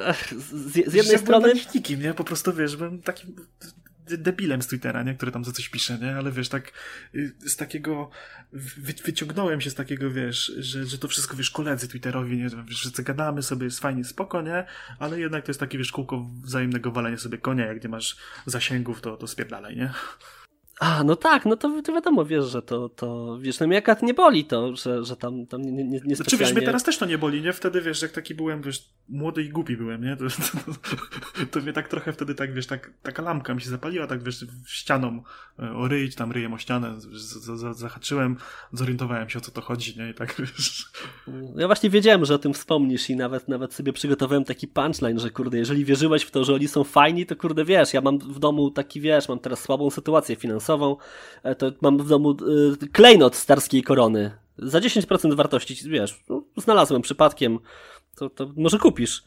z jednej strony... Byłem nikim, nie? Po prostu, wiesz, byłem takim... debilem z Twittera, nie? Który tam za coś pisze, nie? Ale wiesz, tak z takiego wyciągnąłem się z takiego, wiesz, że to wszystko, wiesz, koledzy Twitterowi, nie? Wiesz, że gadamy sobie, jest fajnie, spoko, nie? Ale jednak to jest takie, wiesz, kółko wzajemnego walenia sobie konia, jak nie masz zasięgów, to spierdalaj, nie? No tak, no to wiadomo, wiesz, że to wiesz, no mnie akurat nie boli to, że tam nie specjalnie... Znaczy, wiesz, mnie teraz też to nie boli, nie? Wtedy, wiesz, jak taki byłem, wiesz, młody i głupi byłem, nie? To mnie tak trochę wtedy, tak, wiesz, taka lampka mi się zapaliła, tak, wiesz, ścianą o ryj, czy tam ryjem o ścianę, zahaczyłem, zorientowałem się, o co to chodzi, nie? I tak, wiesz... Ja właśnie wiedziałem, że o tym wspomnisz i nawet sobie przygotowałem taki punchline, że kurde, jeżeli wierzyłeś w to, że oni są fajni, to kurde, wiesz, ja mam w domu taki, wiesz, mam teraz słabą sytuację finansową, to mam w domu klejnot starskiej korony. Za 10% wartości, wiesz, no, znalazłem przypadkiem, to może kupisz.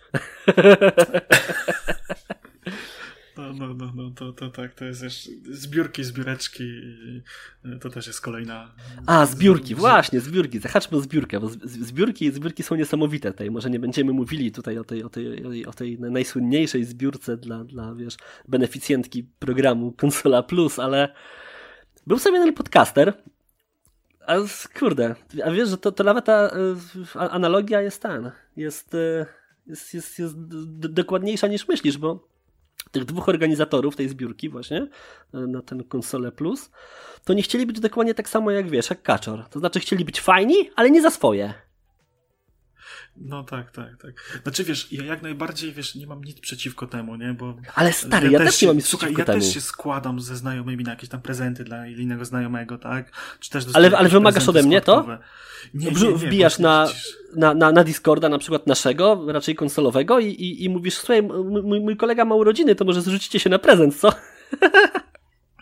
No, to tak, to jest też zbióreczki, to też jest kolejna... Zbiórki, właśnie, zbiórki, zahaczmy o zbiórkę, bo zbiórki są niesamowite tutaj, może nie będziemy mówili tutaj o tej najsłynniejszej zbiórce dla wiesz, beneficjentki programu Konsola Plus, ale był sobie jeden podcaster, a wiesz, że to nawet ta analogia jest dokładniejsza niż myślisz, bo tych 2 organizatorów tej zbiórki właśnie na ten Konsolę Plus, to nie chcieli być dokładnie tak samo jak wiesz, jak Kaczor. To znaczy chcieli być fajni, ale nie za swoje. No tak. Znaczy wiesz, ja jak najbardziej, wiesz, nie mam nic przeciwko temu, nie, bo... Ale stary, ja też nie mam nic przeciwko temu. Ja też się składam ze znajomymi na jakieś tam prezenty dla innego znajomego, tak? Czy też ale wymagasz ode mnie to? Nie, wbijasz na Discorda na przykład naszego, raczej konsolowego i mówisz, słuchaj, mój kolega ma urodziny, to może zrzucicie się na prezent, co?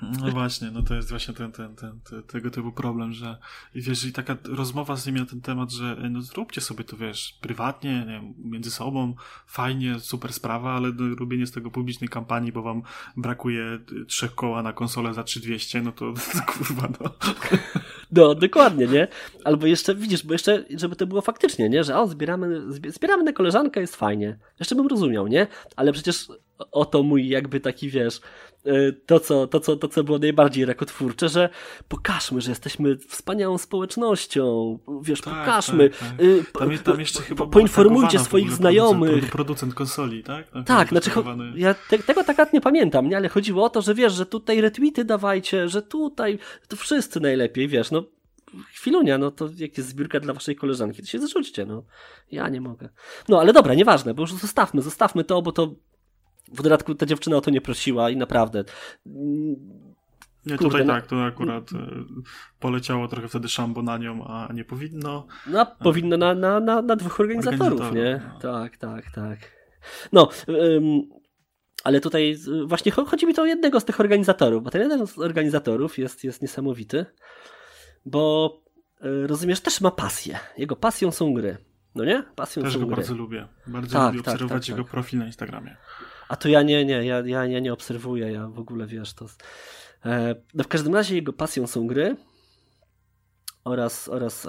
No właśnie, no to jest właśnie tego typu problem, że wiesz, i taka rozmowa z nimi na ten temat, że no zróbcie sobie to, wiesz, prywatnie, nie wiem, między sobą, fajnie, super sprawa, ale no, robienie z tego publicznej kampanii, bo wam brakuje 3 koła na konsolę za 3200, no to kurwa, no. No, dokładnie, nie? Albo jeszcze, widzisz, bo jeszcze, żeby to było faktycznie, nie? Że zbieramy na koleżankę, jest fajnie. Jeszcze bym rozumiał, nie? Ale przecież oto mój jakby taki, wiesz, to co było najbardziej rakotwórcze, że pokażmy, że jesteśmy wspaniałą społecznością, wiesz, pokażmy. Tam jeszcze chyba poinformujcie swoich znajomych. Producent konsoli, tak? Tak, znaczy ja tego tak nie pamiętam, nie? Ale chodziło o to, że wiesz, że tutaj retweety dawajcie, że tutaj to wszyscy najlepiej, wiesz, no chwilunia, no to jak jest zbiórka dla waszej koleżanki, to się zrzućcie, no. Ja nie mogę. No, ale dobra, nieważne, bo już zostawmy to, bo to w dodatku ta dziewczyna o to nie prosiła i naprawdę. Nie, kurde, tutaj tak, to akurat poleciało trochę wtedy szambo na nią, a nie powinno. No, powinno na 2 organizatorów, nie? No. Tak. No, ale tutaj właśnie chodzi mi to o jednego z tych organizatorów, bo ten jeden z organizatorów jest niesamowity, bo rozumiesz, też ma pasję. Jego pasją są gry. No nie? Pasją też są go gry. Bardzo lubię. Bardzo lubię obserwować jego profil na Instagramie. A to ja nie obserwuję, ja w ogóle, wiesz, to... No w każdym razie jego pasją są gry oraz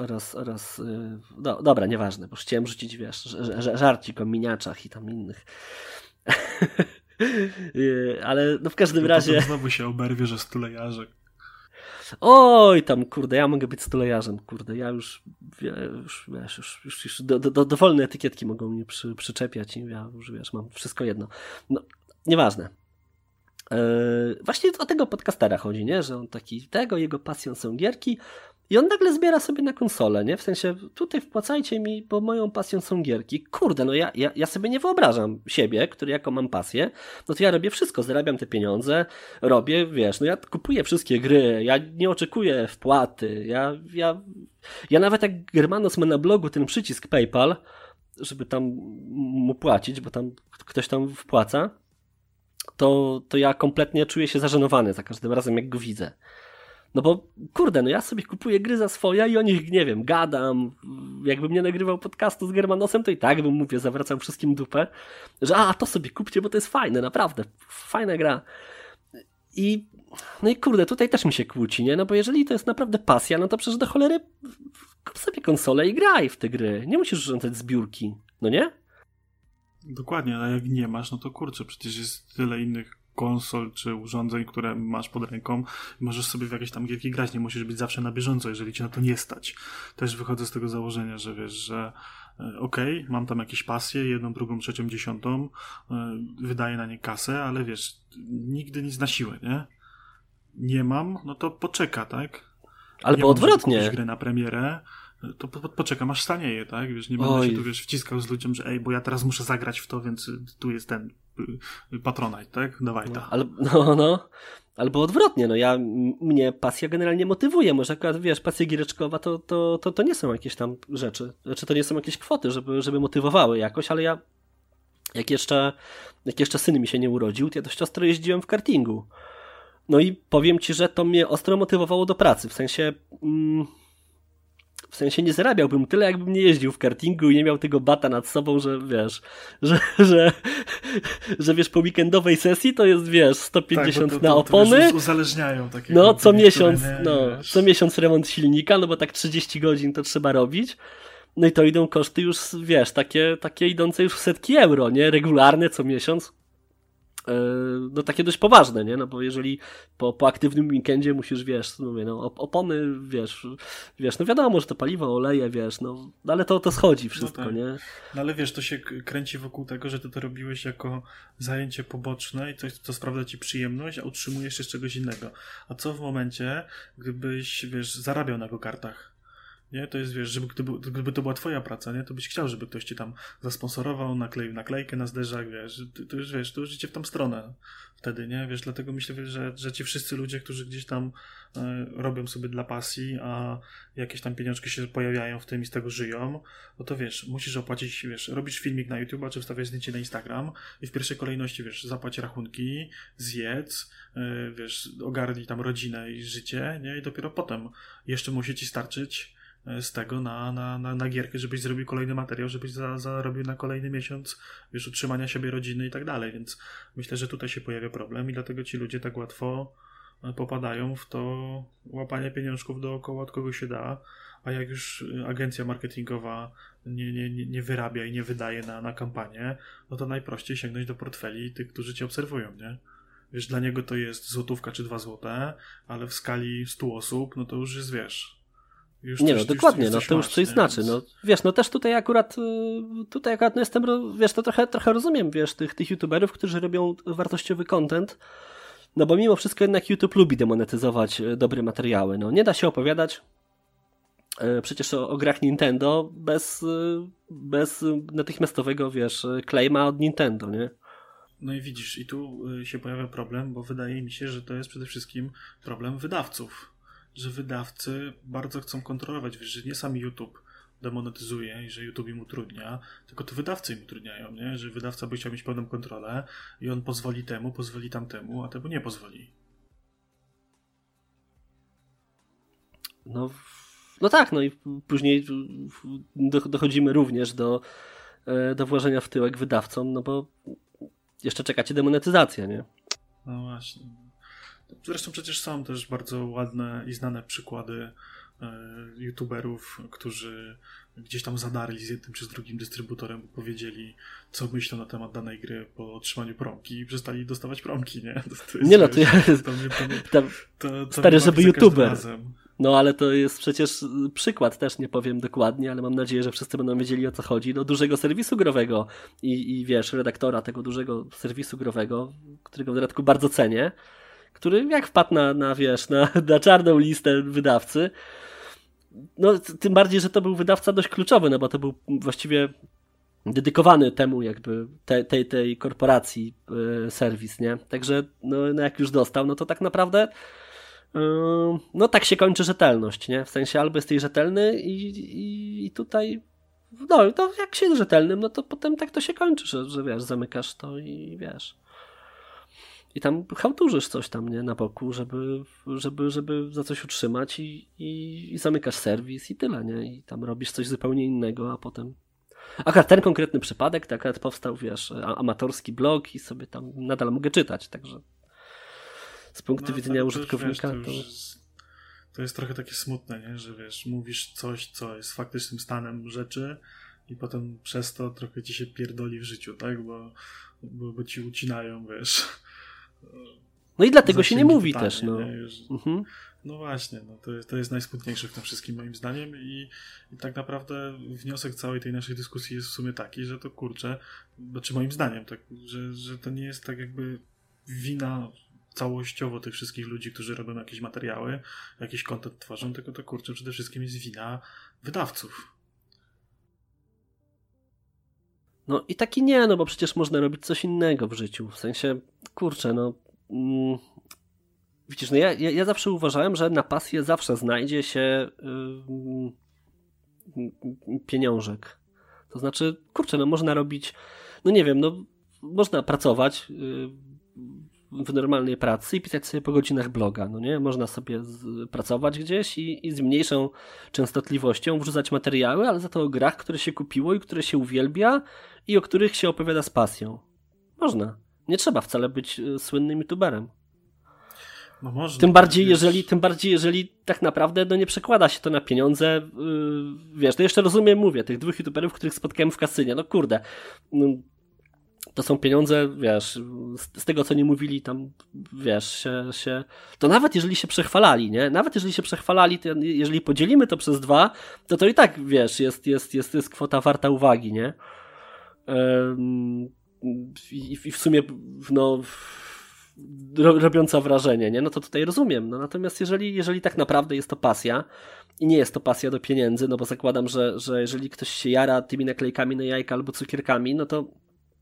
dobra, nieważne, bo już chciałem rzucić, wiesz, żarcik o miniaczach i tam innych. Ale no w każdym razie... Znowu się oberwie, że stulejarze. Oj, tam, kurde, ja mogę być stulejarzem, kurde, ja już dowolne etykietki mogą mnie przyczepiać i ja już, wiesz, mam wszystko jedno. No, nieważne. Właśnie o tego podcastera chodzi, nie? Że on jego pasją są gierki i on nagle zbiera sobie na konsolę, nie? W sensie, tutaj wpłacajcie mi, bo moją pasją są gierki. Kurde, no ja sobie nie wyobrażam siebie, który jako mam pasję, no to ja robię wszystko, zarabiam te pieniądze, robię, wiesz, no ja kupuję wszystkie gry, ja nie oczekuję wpłaty, ja nawet jak Germanos ma na blogu ten przycisk PayPal, żeby tam mu płacić, bo tam ktoś tam wpłaca, to ja kompletnie czuję się zażenowany za każdym razem, jak go widzę. No bo, kurde, no ja sobie kupuję gry za swoje i o nich, nie wiem, gadam. Jakbym nie nagrywał podcastu z Germanosem, to i tak bym, mówię, zawracał wszystkim dupę, że to sobie kupcie, bo to jest fajne, naprawdę, fajna gra. No i kurde, tutaj też mi się kłóci, nie? No bo jeżeli to jest naprawdę pasja, no to przecież do cholery kup sobie konsolę i graj w te gry. Nie musisz urządzać zbiórki, no nie? Dokładnie, ale jak nie masz, no to kurczę, przecież jest tyle innych konsol czy urządzeń, które masz pod ręką i możesz sobie w jakieś tam gierki grać, nie musisz być zawsze na bieżąco, jeżeli cię na to nie stać. Też wychodzę z tego założenia, że wiesz, że okej, mam tam jakieś pasje, 1, 2, 3, 10, wydaję na nie kasę, ale wiesz, nigdy nic na siłę, nie? Nie mam, no to poczeka, tak? Albo odwrotnie. Kupić grę na premierę, to poczekam aż stanieje, tak? Wiesz, nie będę się tu, wiesz, wciskał z ludziom, że bo ja teraz muszę zagrać w to, więc tu jest ten Patronite, tak? Dawaj to. Albo odwrotnie, no mnie pasja generalnie motywuje, może akurat, wiesz, pasja giereczkowa to nie są jakieś tam rzeczy, znaczy to nie są jakieś kwoty, żeby motywowały jakoś, ale ja jak jeszcze syn mi się nie urodził, to ja dość ostro jeździłem w kartingu. No i powiem ci, że to mnie ostro motywowało do pracy, w sensie nie zarabiałbym tyle, jakbym nie jeździł w kartingu i nie miał tego bata nad sobą, że wiesz, że wiesz, po weekendowej sesji to jest, wiesz, 150 tak, na opony. To uzależniają takie. No, co miesiąc remont silnika, no bo tak 30 godzin to trzeba robić. No i to idą koszty już, wiesz, takie idące już w setki euro, nie? Regularne co miesiąc. No takie dość poważne, nie? No bo jeżeli po aktywnym weekendzie musisz, wiesz, opony, wiesz, no wiadomo, że to paliwo, oleje, wiesz, no ale to schodzi wszystko, no tak. Nie? No ale wiesz, to się kręci wokół tego, że ty to robiłeś jako zajęcie poboczne i coś, co sprawia ci przyjemność, a utrzymujesz się z czegoś innego. A co w momencie, gdybyś, wiesz, zarabiał na go-kartach? Nie? To jest, wiesz, żeby gdyby to była twoja praca, nie? To byś chciał, żeby ktoś ci tam zasponsorował, nakleił naklejkę na zderzak, wiesz, to już, wiesz, to już idzie w tą stronę wtedy, nie? Wiesz, dlatego myślę, że ci wszyscy ludzie, którzy gdzieś tam robią sobie dla pasji, a jakieś tam pieniążki się pojawiają w tym i z tego żyją, no to wiesz, musisz opłacić, wiesz, robisz filmik na YouTube, czy wstawiasz zdjęcie na Instagram i w pierwszej kolejności, wiesz, zapłać rachunki, zjedz, wiesz, ogarnij tam rodzinę i życie, nie? I dopiero potem jeszcze musi ci starczyć z tego na gierkę, żebyś zrobił kolejny materiał, żebyś zarobił na kolejny miesiąc, wiesz, utrzymania siebie, rodziny i tak dalej, więc myślę, że tutaj się pojawia problem i dlatego ci ludzie tak łatwo popadają w to łapanie pieniążków dookoła, od kogo się da, a jak już agencja marketingowa nie wyrabia i nie wydaje na kampanię, no to najprościej sięgnąć do portfeli tych, którzy cię obserwują, nie? Wiesz, dla niego to jest złotówka czy 2 złote, ale w skali 100 osób, no to już jest, wiesz... Nie, no dokładnie, no to już coś znaczy. No wiesz, no też tutaj akurat no jestem, wiesz, to trochę rozumiem, wiesz, tych youtuberów, którzy robią wartościowy content, no bo mimo wszystko jednak YouTube lubi demonetyzować dobre materiały. No nie da się opowiadać przecież o grach Nintendo bez natychmiastowego, wiesz, claima od Nintendo, nie? No i widzisz, i tu się pojawia problem, bo wydaje mi się, że to jest przede wszystkim problem wydawców. Że wydawcy bardzo chcą kontrolować, wiesz, że nie sam YouTube demonetyzuje i że YouTube im utrudnia, tylko to wydawcy im utrudniają, nie? Że wydawca by chciał mieć pełną kontrolę i on pozwoli temu, pozwoli tamtemu, a temu nie pozwoli. No tak, no i później dochodzimy również do włożenia w tyłek wydawcom, no bo jeszcze czekacie demonetyzację, nie? No właśnie. Zresztą przecież są też bardzo ładne i znane przykłady youtuberów, którzy gdzieś tam zadarli z jednym czy z drugim dystrybutorem, powiedzieli, co myślą na temat danej gry po otrzymaniu promki i przestali dostawać promki, nie? To jest, nie no, stary, żeby youtuber. No ale to jest przecież przykład, też nie powiem dokładnie, ale mam nadzieję, że wszyscy będą wiedzieli, o co chodzi. No dużego serwisu growego i wiesz, redaktora tego dużego serwisu growego, którego w dodatku bardzo cenię, który jak wpadł na czarną listę wydawcy, no tym bardziej, że to był wydawca dość kluczowy, no bo to był właściwie dedykowany temu jakby tej korporacji serwis, nie? Także no jak już dostał, no to tak naprawdę no tak się kończy rzetelność, nie? W sensie albo jesteś rzetelny i tutaj no to jak się jest rzetelnym, no to potem tak to się kończy, że wiesz, zamykasz to i wiesz. I tam chałturzysz coś tam, nie, na boku, żeby za coś utrzymać i zamykasz serwis i tyle, nie? I tam robisz coś zupełnie innego, a potem... Akurat ten konkretny przypadek, to akurat powstał, wiesz, amatorski blog i sobie tam nadal mogę czytać, także z punktu widzenia użytkownika to jest trochę takie smutne, nie? Że wiesz, mówisz coś, co jest faktycznym stanem rzeczy i potem przez to trochę ci się pierdoli w życiu, tak? Bo ci ucinają, wiesz... No i dlatego się nie mówi pytanie, też, no. No właśnie, no to jest najsmutniejsze w tym wszystkim moim zdaniem i tak naprawdę wniosek całej tej naszej dyskusji jest w sumie taki, że to kurczę, znaczy moim zdaniem, tak, że to nie jest tak jakby wina całościowo tych wszystkich ludzi, którzy robią jakieś materiały, jakiś content tworzą, tylko to kurczę przede wszystkim jest wina wydawców. No i taki nie, no bo przecież można robić coś innego w życiu. W sensie, kurczę, no widzisz, no ja zawsze uważałem, że na pasję zawsze znajdzie się pieniążek. To znaczy, kurczę, no można robić, no nie wiem, no można pracować w normalnej pracy i pisać sobie po godzinach bloga, no nie? Można sobie pracować gdzieś i z mniejszą częstotliwością wrzucać materiały, ale za to o grach, które się kupiło i które się uwielbia i o których się opowiada z pasją. Można. Nie trzeba wcale być słynnym youtuberem. No można. Tym bardziej, jeżeli tak naprawdę no nie przekłada się to na pieniądze. Wiesz, to jeszcze rozumiem, mówię, tych 2 youtuberów, których spotkałem w kasynie. No kurde. To są pieniądze, wiesz, z tego co nie mówili tam, wiesz, to nawet jeżeli się przechwalali, nie? Nawet jeżeli się przechwalali, to jeżeli podzielimy to przez 2, to i tak, wiesz, jest kwota warta uwagi, nie? I w sumie, no, robiąca wrażenie, nie? No to tutaj rozumiem. No, natomiast jeżeli tak naprawdę jest to pasja, i nie jest to pasja do pieniędzy, no bo zakładam, że jeżeli ktoś się jara tymi naklejkami na jajka albo cukierkami, no to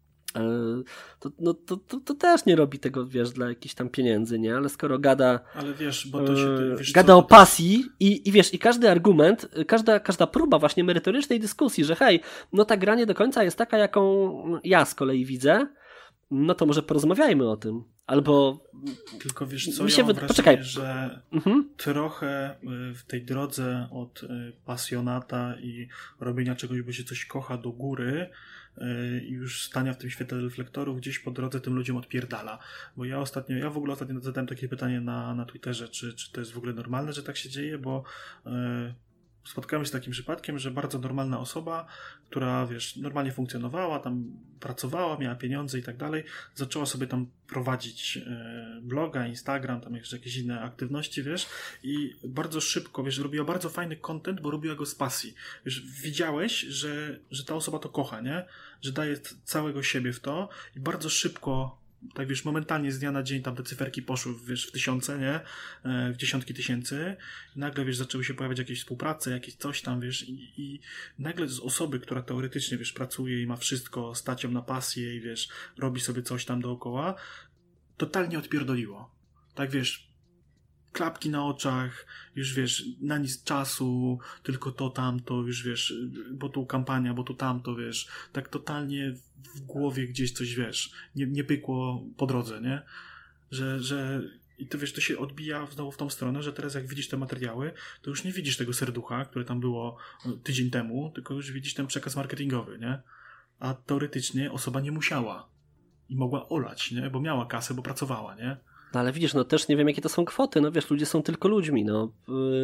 to też nie robi tego, wiesz, dla jakichś tam pieniędzy, nie? Ale skoro gada, ale wiesz, bo to się, wiesz, gada o pasji i wiesz, i każdy argument, każda próba właśnie merytorycznej dyskusji, że hej, no ta gra nie do końca jest taka, jaką ja z kolei widzę, no to może porozmawiajmy o tym. Albo... Tylko wiesz co, ja mam wrażenie, poczekaj. że trochę w tej drodze od pasjonata i robienia czegoś, bo się coś kocha do góry i już stania w tym świetle reflektorów gdzieś po drodze tym ludziom odpierdala. Bo ja w ogóle ostatnio zadałem takie pytanie na Twitterze, czy to jest w ogóle normalne, że tak się dzieje, bo spotkałem się z takim przypadkiem, że bardzo normalna osoba, która, wiesz, normalnie funkcjonowała, tam pracowała, miała pieniądze i tak dalej, zaczęła sobie tam prowadzić bloga, Instagram, tam jeszcze jakieś inne aktywności, wiesz, i bardzo szybko, wiesz, robiła bardzo fajny content, bo robiła go z pasji. Wiesz, widziałeś, że ta osoba to kocha, nie? Że daje całego siebie w to i bardzo szybko, tak wiesz, momentalnie z dnia na dzień tam te cyferki poszły, wiesz, w tysiące, nie? W dziesiątki tysięcy. I nagle, wiesz, zaczęły się pojawiać jakieś współprace, jakieś coś tam, wiesz, i nagle z osoby, która teoretycznie, wiesz, pracuje i ma wszystko, stać ją na pasję i, wiesz, robi sobie coś tam dookoła, totalnie odpierdoliło. Tak, wiesz, klapki na oczach, już wiesz, na nic czasu, tylko to, tamto, już wiesz, bo tu kampania, bo tu tamto, wiesz, tak totalnie w głowie gdzieś coś, wiesz, nie pykło po drodze, nie? Że i to wiesz, to się odbija znowu w tą stronę, że teraz jak widzisz te materiały, to już nie widzisz tego serducha, które tam było tydzień temu, tylko już widzisz ten przekaz marketingowy, nie? A teoretycznie osoba nie musiała i mogła olać, nie? Bo miała kasę, bo pracowała, nie? No ale widzisz, no też nie wiem, jakie to są kwoty, no wiesz, ludzie są tylko ludźmi, no.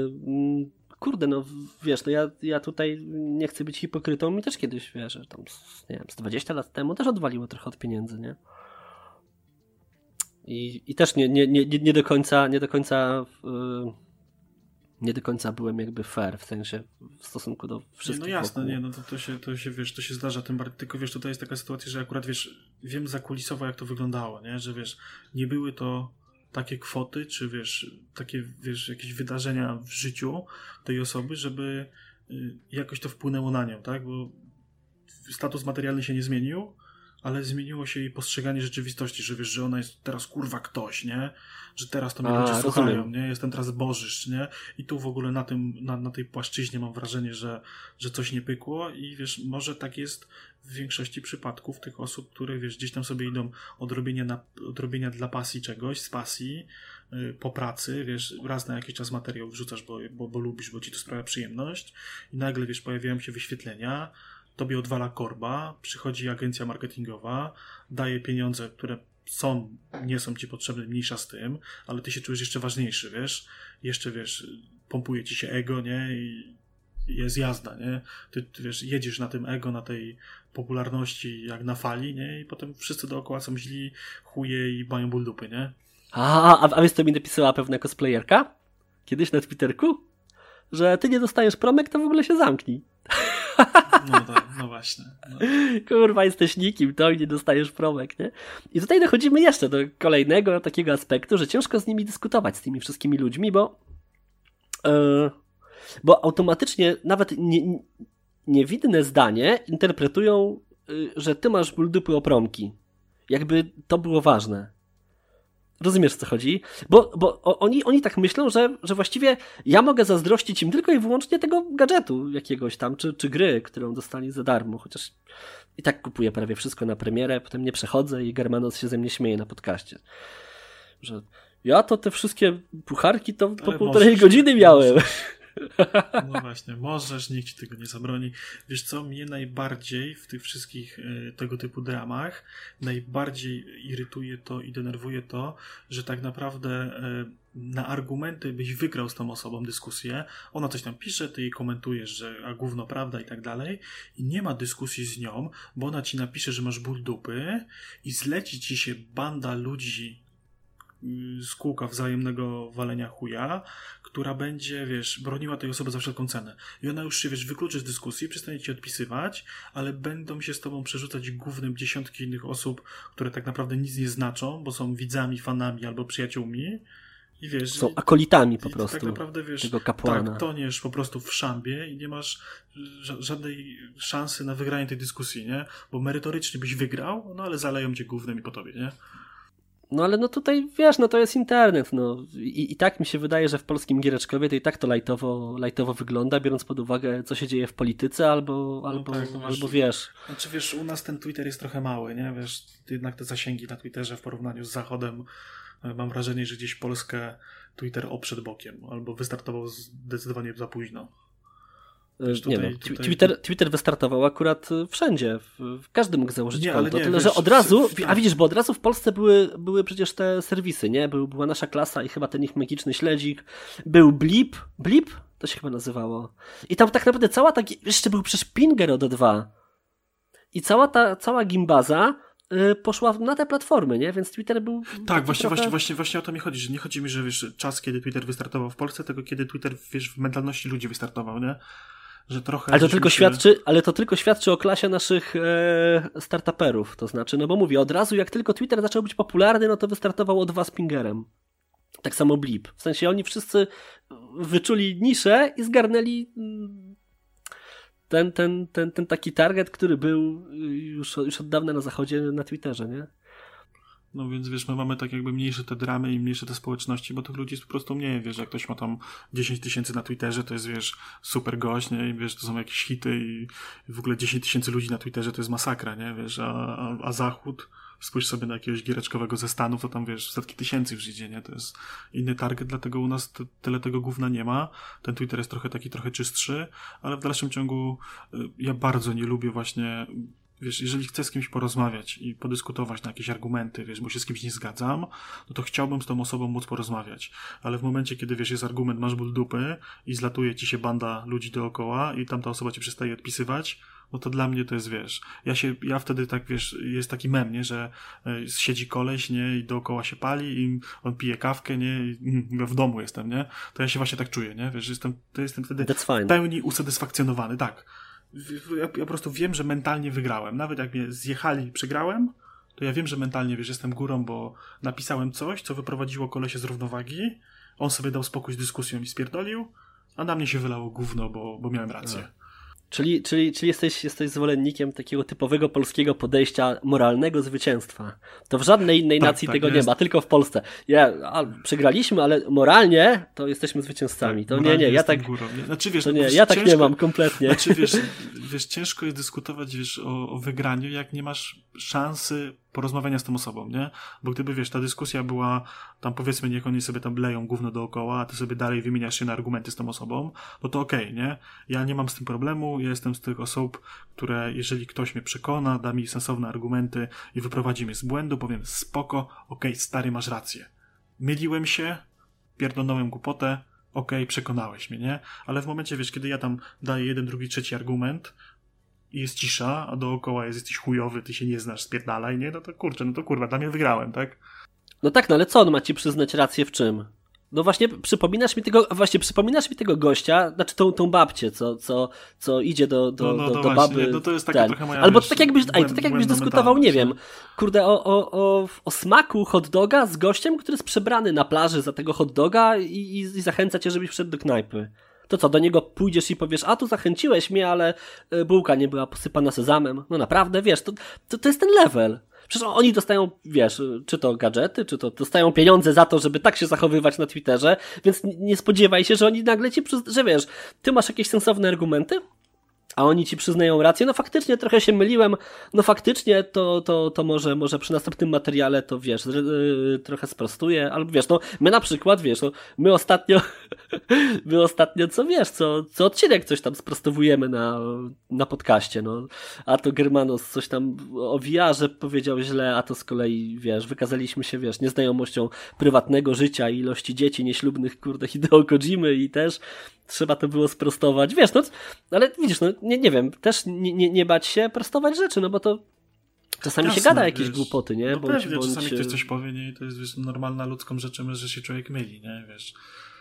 Kurde, no wiesz, no ja tutaj nie chcę być hipokrytą, mi też kiedyś, wiesz, tam, nie wiem, z 20 lat temu też odwaliło trochę od pieniędzy, nie? I też nie do końca byłem jakby fair, w sensie w stosunku do wszystkich. No jasne, wokół. nie, no to się, wiesz, to się zdarza, tym bardziej, tylko wiesz, tutaj jest taka sytuacja, że akurat, wiesz, wiem zakulisowo, jak to wyglądało, nie, że wiesz, nie były to takie kwoty, czy wiesz, takie, wiesz, jakieś wydarzenia w życiu tej osoby, żeby jakoś to wpłynęło na nią, tak, bo status materialny się nie zmienił, ale zmieniło się jej postrzeganie rzeczywistości, że wiesz, że ona jest teraz kurwa ktoś, nie? Że teraz to mnie ludzie słuchają, nie? Jestem teraz bożysz, nie? I tu w ogóle na tej płaszczyźnie mam wrażenie, że coś nie pykło i wiesz, może tak jest w większości przypadków tych osób, które wiesz, gdzieś tam sobie idą odrobienia dla pasji czegoś, z pasji, po pracy, wiesz, raz na jakiś czas materiał wrzucasz, bo lubisz, bo ci to sprawia przyjemność i nagle, wiesz, pojawiają się wyświetlenia, tobie odwala korba, przychodzi agencja marketingowa, daje pieniądze, które nie są ci potrzebne, mniejsza z tym, ale ty się czujesz jeszcze ważniejszy, wiesz? Jeszcze, wiesz, pompuje ci się ego, nie? I jest jazda, nie? Ty wiesz, jedziesz na tym ego, na tej popularności jak na fali, nie? I potem wszyscy dookoła są źli, chuje i mają ból dupy, nie? A wiesz, co mi napisała pewna cosplayerka? Kiedyś na Twitterku? Że ty nie dostajesz promek, to w ogóle się zamknij. No tak, no właśnie. No. Kurwa, jesteś nikim, to i nie dostajesz promek, nie? I tutaj dochodzimy jeszcze do kolejnego takiego aspektu, że ciężko z nimi dyskutować, z tymi wszystkimi ludźmi, bo automatycznie nawet niewinne zdanie interpretują, że ty masz ból dupy o promki. Jakby to było ważne. Rozumiesz, o co chodzi? Bo oni tak myślą, że właściwie ja mogę zazdrościć im tylko i wyłącznie tego gadżetu jakiegoś tam, czy gry, którą dostali za darmo, chociaż i tak kupuję prawie wszystko na premierę, potem nie przechodzę i Germanos się ze mnie śmieje na podcaście. Że ja to te wszystkie pucharki to po półtorej godziny miałem. No właśnie, możesz, nikt ci tego nie zabroni. Wiesz co, mnie najbardziej w tych wszystkich tego typu dramach najbardziej irytuje to i denerwuje to, że tak naprawdę na argumenty byś wygrał z tą osobą dyskusję, ona coś tam pisze, ty jej komentujesz, że a gówno prawda i tak dalej i nie ma dyskusji z nią, bo ona ci napisze, że masz ból dupy i zleci ci się banda ludzi z kółka wzajemnego walenia chuja, która będzie, wiesz, broniła tej osoby za wszelką cenę. I ona już się, wiesz, wykluczy z dyskusji, przestanie ci odpisywać, ale będą się z tobą przerzucać gównem dziesiątki innych osób, które tak naprawdę nic nie znaczą, bo są widzami, fanami albo przyjaciółmi I wiesz, są akolitami po i prostu tak naprawdę, wiesz, tego kapłana. Tak, toniesz po prostu w szambie i nie masz żadnej szansy na wygranie tej dyskusji, nie? Bo merytorycznie byś wygrał, no ale zaleją cię gównem i po tobie, nie? No ale no tutaj, wiesz, no to jest internet, no. I tak mi się wydaje, że w polskim giereczkowie to i tak to lajtowo wygląda, biorąc pod uwagę, co się dzieje w polityce, albo wiesz. Znaczy, wiesz, u nas ten Twitter jest trochę mały, nie? Wiesz, jednak te zasięgi na Twitterze w porównaniu z Zachodem, mam wrażenie, że gdzieś Polskę Twitter oprzedł bokiem, albo wystartował zdecydowanie za późno. Wiesz, Twitter wystartował akurat wszędzie. Każdy mógł założyć konto. Tyle, wiesz, że od razu, a widzisz, bo od razu w Polsce były przecież te serwisy, nie? Była Nasza Klasa i chyba ten ich magiczny śledzik. Był Blip? To się chyba nazywało. I tam tak naprawdę jeszcze był przecież Pinger od 2. I cała gimbaza poszła na te platformy, nie? Więc Twitter był... Tak, właśnie o to mi chodzi, że nie chodzi mi, że wiesz, czas, kiedy Twitter wystartował w Polsce, tylko kiedy Twitter, wiesz, w mentalności ludzi wystartował, nie? Że trochę... Ale to tylko świadczy o klasie naszych startuperów, to znaczy, no bo mówię, od razu jak tylko Twitter zaczął być popularny, no to wystartował o 2 z Pingerem. Tak samo Blip. W sensie oni wszyscy wyczuli niszę i zgarnęli ten taki target, który był już od dawna na zachodzie, na Twitterze, nie? No więc wiesz, my mamy tak jakby mniejsze te dramy i mniejsze te społeczności, bo tych ludzi jest po prostu mniej, wiesz, jak ktoś ma tam 10 000 na Twitterze, to jest, wiesz, super gość, nie? I wiesz, to są jakieś hity i w ogóle 10 000 ludzi na Twitterze to jest masakra, nie? Wiesz, a Zachód, spójrz sobie na jakiegoś giereczkowego ze Stanów, to tam, wiesz, setki tysięcy już idzie, nie? To jest inny target, dlatego u nas tyle tego gówna nie ma. Ten Twitter jest trochę czystszy, ale w dalszym ciągu ja bardzo nie lubię właśnie... Wiesz, jeżeli chcę z kimś porozmawiać i podyskutować na jakieś argumenty, wiesz, bo się z kimś nie zgadzam, no to chciałbym z tą osobą móc porozmawiać. Ale w momencie, kiedy, wiesz, jest argument, masz ból dupy i zlatuje ci się banda ludzi dookoła i tamta osoba ci przestaje odpisywać, no to dla mnie to jest, wiesz, ja wtedy tak, wiesz, jest taki mem, nie, że siedzi koleś, nie, i dookoła się pali i on pije kawkę, nie, i w domu jestem, nie, to ja się właśnie tak czuję, nie, wiesz, jestem wtedy w pełni usatysfakcjonowany, tak. Ja po prostu wiem, że mentalnie wygrałem. Nawet jak mnie zjechali i przegrałem, to ja wiem, że mentalnie, wiesz, jestem górą, bo napisałem coś, co wyprowadziło kolesie z równowagi, on sobie dał spokój z dyskusją i spierdolił, a na mnie się wylało gówno, bo miałem rację. Czyli jesteś zwolennikiem takiego typowego polskiego podejścia moralnego zwycięstwa. To w żadnej innej nacji tego nie ma, tylko w Polsce. Przegraliśmy, ale moralnie to jesteśmy zwycięzcami. To nie, ja tak górą, nie? Znaczy, wiesz, ja tak nie mam kompletnie. Znaczy, wiesz, ciężko jest dyskutować, wiesz, o wygraniu, jak nie masz szansy porozmawiania z tą osobą, nie? Bo gdyby, wiesz, ta dyskusja była tam, powiedzmy, niech oni sobie tam leją gówno dookoła, a ty sobie dalej wymieniasz się na argumenty z tą osobą, no to okej, nie? Ja nie mam z tym problemu, ja jestem z tych osób, które, jeżeli ktoś mnie przekona, da mi sensowne argumenty i wyprowadzi mnie z błędu, powiem, spoko, okej, stary, masz rację. Myliłem się, pierdolnąłem głupotę, okej, przekonałeś mnie, nie? Ale w momencie, wiesz, kiedy ja tam daję jeden, drugi, trzeci argument, i jest cisza, a dookoła jesteś chujowy, ty się nie znasz, spierdalaj, nie? No to kurczę, no to kurwa, dla mnie wygrałem, tak? No tak, no ale co on ma ci przyznać rację w czym? No właśnie przypominasz mi tego gościa, znaczy tą babcię, co idzie do właśnie, baby. No to jest taka trochę moja, albo wiesz, tak jakbyś dyskutował, nie wiem, kurde, o smaku hot doga z gościem, który jest przebrany na plaży za tego hot doga i zachęca cię, żebyś wszedł do knajpy. To co, do niego pójdziesz i powiesz, a tu zachęciłeś mnie, ale bułka nie była posypana sezamem. No naprawdę, wiesz, to jest ten level. Przecież oni dostają, wiesz, czy to gadżety, czy to dostają pieniądze za to, żeby tak się zachowywać na Twitterze, więc nie spodziewaj się, że oni nagle ci że wiesz, ty masz jakieś sensowne argumenty, a oni ci przyznają rację, no faktycznie trochę się myliłem, no faktycznie to może przy następnym materiale to wiesz, trochę sprostuję, albo wiesz, no my na przykład, wiesz, no my ostatnio co wiesz, co odcinek coś tam sprostowujemy na podcaście, no, a to Germanos coś tam o VR-ze powiedział źle, a to z kolei, wiesz, wykazaliśmy się, wiesz, nieznajomością prywatnego życia i ilości dzieci nieślubnych, kurde, Hideo Kojimy i też trzeba to było sprostować, wiesz, no, ale widzisz, no, nie wiem, też nie bać się prostować rzeczy, no bo to czasami się gada jakieś głupoty, nie? No pewnie, czasami ktoś coś powie, nie? I to jest, wiesz, normalna ludzką rzeczą, że się człowiek myli, nie? Wiesz.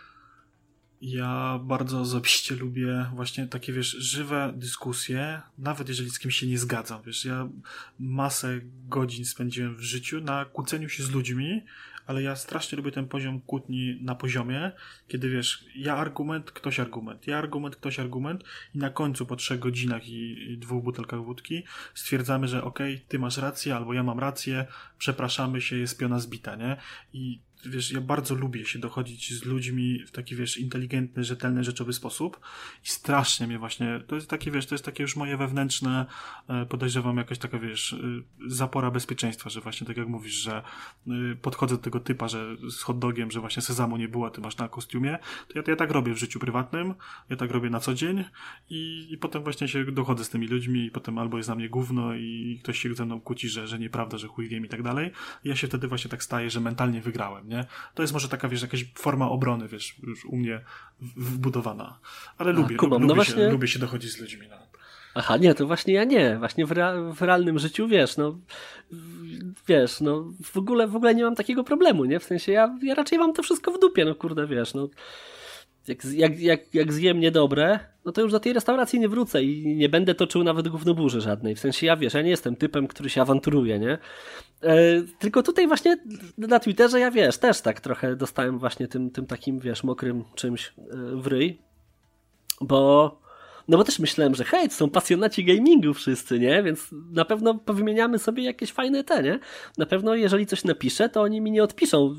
Ja bardzo osobiście lubię właśnie takie, wiesz, żywe dyskusje, nawet jeżeli z kimś się nie zgadzam, wiesz, ja masę godzin spędziłem w życiu na kłóceniu się z ludźmi, ale ja strasznie lubię ten poziom kłótni na poziomie, kiedy wiesz, ja argument, ktoś argument i na końcu po 3 godzinach i 2 butelkach wódki stwierdzamy, że okej, ty masz rację, albo ja mam rację, przepraszamy się, jest piona zbita, nie? I wiesz, ja bardzo lubię się dochodzić z ludźmi w taki, wiesz, inteligentny, rzetelny, rzeczowy sposób i strasznie mnie właśnie, to jest takie, wiesz, to jest takie już moje wewnętrzne, podejrzewam jakaś taka, wiesz, zapora bezpieczeństwa, że właśnie tak jak mówisz, że podchodzę do tego typa, że z hot dogiem, że właśnie sezamu nie było, ty masz na kostiumie, to ja tak robię w życiu prywatnym, ja tak robię na co dzień i potem właśnie się dochodzę z tymi ludźmi i potem albo jest na mnie gówno i ktoś się ze mną kłóci, że nieprawda, że chuj wiem i tak dalej. I ja się wtedy właśnie tak staję, że mentalnie wygrałem, nie? To jest może taka, wiesz, jakaś forma obrony, wiesz, już u mnie wbudowana. Ale lubię się dochodzić z ludźmi. No. Aha, nie, to właśnie ja nie. Właśnie w realnym życiu, wiesz, w ogóle nie mam takiego problemu, nie? W sensie ja raczej mam to wszystko w dupie, no kurde, wiesz, no. Jak zjem niedobre, no to już do tej restauracji nie wrócę i nie będę toczył nawet gównoburzy żadnej. W sensie ja nie jestem typem, który się awanturuje, nie? Tylko tutaj właśnie na Twitterze też tak trochę dostałem właśnie tym takim, mokrym czymś w ryj, bo też myślałem, że hej, to są pasjonaci gamingu wszyscy, nie? Więc na pewno powymieniamy sobie jakieś fajne nie? Na pewno jeżeli coś napiszę, to oni mi nie odpiszą,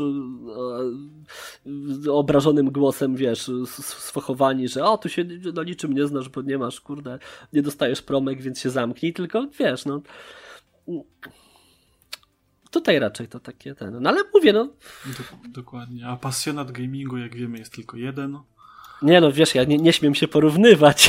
obrażonym głosem, sfachowani, że tu się na niczym nie znasz, bo nie masz, kurde, nie dostajesz promek, więc się zamknij, tylko tutaj raczej to takie no ale mówię, Dokładnie, a pasjonat gamingu, jak wiemy, jest tylko jeden. Nie ja nie śmiem się porównywać.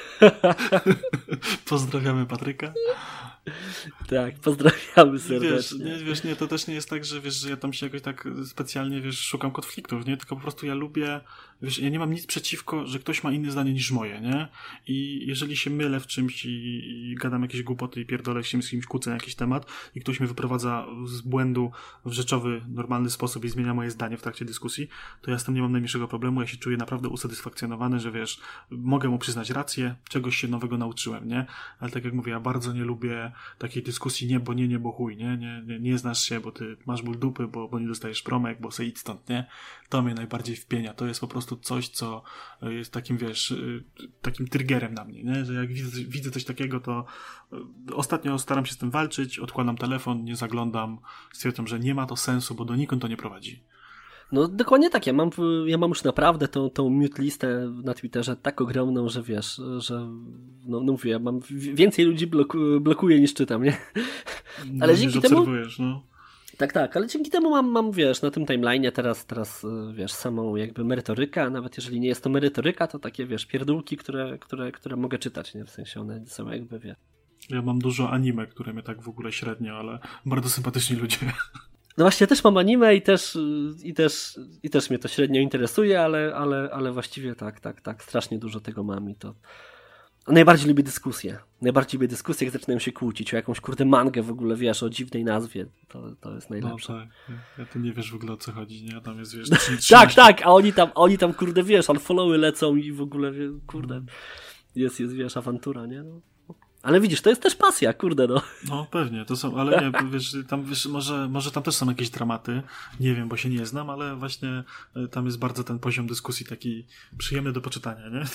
Pozdrawiamy Patryka. Tak, pozdrawiamy serdecznie. Nie, to też nie jest tak, że że ja tam się jakoś tak specjalnie, szukam konfliktów, nie? Tylko po prostu ja lubię, ja nie mam nic przeciwko, że ktoś ma inne zdanie niż moje, nie? I jeżeli się mylę w czymś i gadam jakieś głupoty i pierdolę się z kimś kłócę na jakiś temat i ktoś mnie wyprowadza z błędu w rzeczowy, normalny sposób i zmienia moje zdanie w trakcie dyskusji, to ja z tym nie mam najmniejszego problemu, ja się czuję naprawdę usatysfakcjonowany, że mogę mu przyznać rację, czegoś się nowego nauczyłem, nie? Ale tak jak mówię, ja bardzo nie lubię takiej dyskusji nie, bo chuj, nie znasz się, bo ty masz ból dupy, bo nie dostajesz promek, bo se idź stąd, nie? To mnie najbardziej wpienia. To jest po prostu coś, co jest takim, takim triggerem na mnie, nie? Że jak widzę coś takiego, to ostatnio staram się z tym walczyć, odkładam telefon, nie zaglądam, stwierdzam, że nie ma to sensu, bo donikąd to nie prowadzi. No dokładnie tak, ja mam już naprawdę tą mute listę na Twitterze tak ogromną, że że mówię, ja mam więcej ludzi blokuję niż czytam, nie? Ale dzięki temu obserwujesz, no. Tak, ale dzięki temu mam na tym timeline'ie teraz samą jakby merytorykę, a nawet jeżeli nie jest to merytoryka, to takie pierdółki, które mogę czytać, nie? W sensie one są jakby, Ja mam dużo anime, które mnie tak w ogóle średnio, ale bardzo sympatyczni ludzie. No właśnie, ja też mam anime i też mnie to średnio interesuje, ale właściwie tak, strasznie dużo tego mam i to... Najbardziej lubię dyskusje, jak zaczynają się kłócić o jakąś kurde mangę w ogóle, o dziwnej nazwie, to jest najlepsze. No tak, ja tu nie wiesz w ogóle o co chodzi, nie? Tam jest, tak, a oni tam kurde, unfollowy lecą i w ogóle, kurde, jest awantura, nie? No. Ale widzisz, to jest też pasja, kurde, no. No pewnie, to są, ale nie, tam może tam też są jakieś dramaty, nie wiem, bo się nie znam, ale właśnie tam jest bardzo ten poziom dyskusji taki przyjemny do poczytania, nie?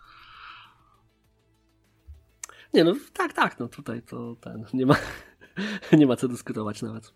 Nie, no tak, no tutaj to nie ma co dyskutować nawet.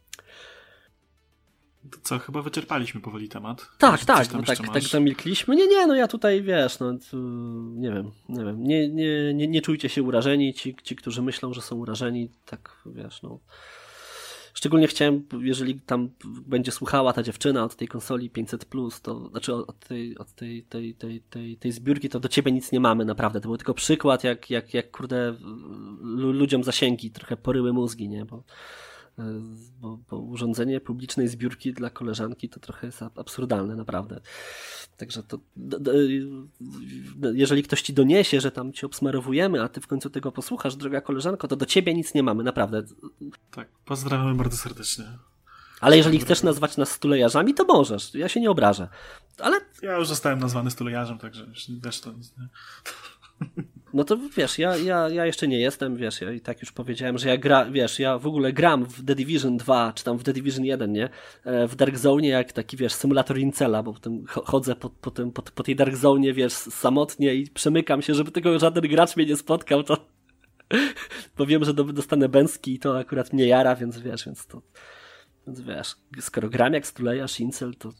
To co, chyba wyczerpaliśmy powoli temat. Tak, zamilkliśmy. Nie, no ja tutaj, nie wiem, nie czujcie się urażeni, ci, którzy myślą, że są urażeni, tak, no. Szczególnie chciałem, jeżeli tam będzie słuchała ta dziewczyna od tej konsoli 500+, to znaczy od tej zbiórki, to do ciebie nic nie mamy, naprawdę. To był tylko przykład, jak kurde, ludziom zasięgi trochę poryły mózgi, nie? Bo urządzenie publicznej zbiórki dla koleżanki to trochę jest absurdalne, naprawdę. Także to jeżeli ktoś ci doniesie, że tam cię obsmarowujemy, a ty w końcu tego posłuchasz, droga koleżanko, to do ciebie nic nie mamy, naprawdę. Tak, pozdrawiamy bardzo serdecznie. Ale jeżeli chcesz nazwać nas stulejarzami, to możesz. Ja się nie obrażę. Ale... Ja już zostałem nazwany stulejarzem, także wiesz to nic, nie? No to wiesz, ja jeszcze nie jestem, wiesz, ja i tak już powiedziałem, że ja w ogóle gram w The Division 2, czy tam w The Division 1, nie? W Dark Zone jak taki, wiesz, symulator incela, bo potem chodzę po tej Dark Zone, wiesz, samotnie i przemykam się, żeby tego żaden gracz mnie nie spotkał, to bo wiem, że dostanę bęski i to akurat mnie jara, więc wiesz, więc wiesz, skoro gram jak stulejarz, incel, to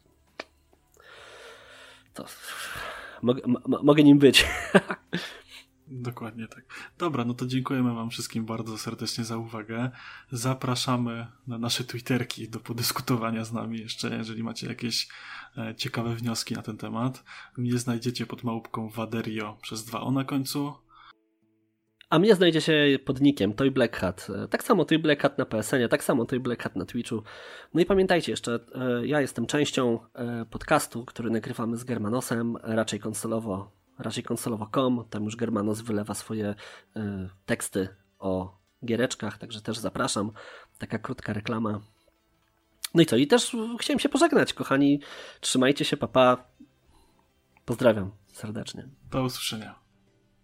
mogę nim być. Dokładnie tak. Dobra, no to dziękujemy wam wszystkim bardzo serdecznie za uwagę. Zapraszamy na nasze Twitterki do podyskutowania z nami jeszcze, jeżeli macie jakieś ciekawe wnioski na ten temat. Mnie znajdziecie pod małpką Waderio przez 2 na końcu. A mnie znajdzie się pod nickiem Toy Black Hat. Tak samo Toy Black Hat na PSN-ie, tak samo Toy Black Hat na Twitchu. No i pamiętajcie jeszcze, ja jestem częścią podcastu, który nagrywamy z Germanosem, raczej konsolowo.com. Tam już Germanos wylewa swoje teksty o giereczkach, także też zapraszam. Taka krótka reklama. No i co? I też chciałem się pożegnać, kochani. Trzymajcie się, papa. Pozdrawiam serdecznie. Do usłyszenia.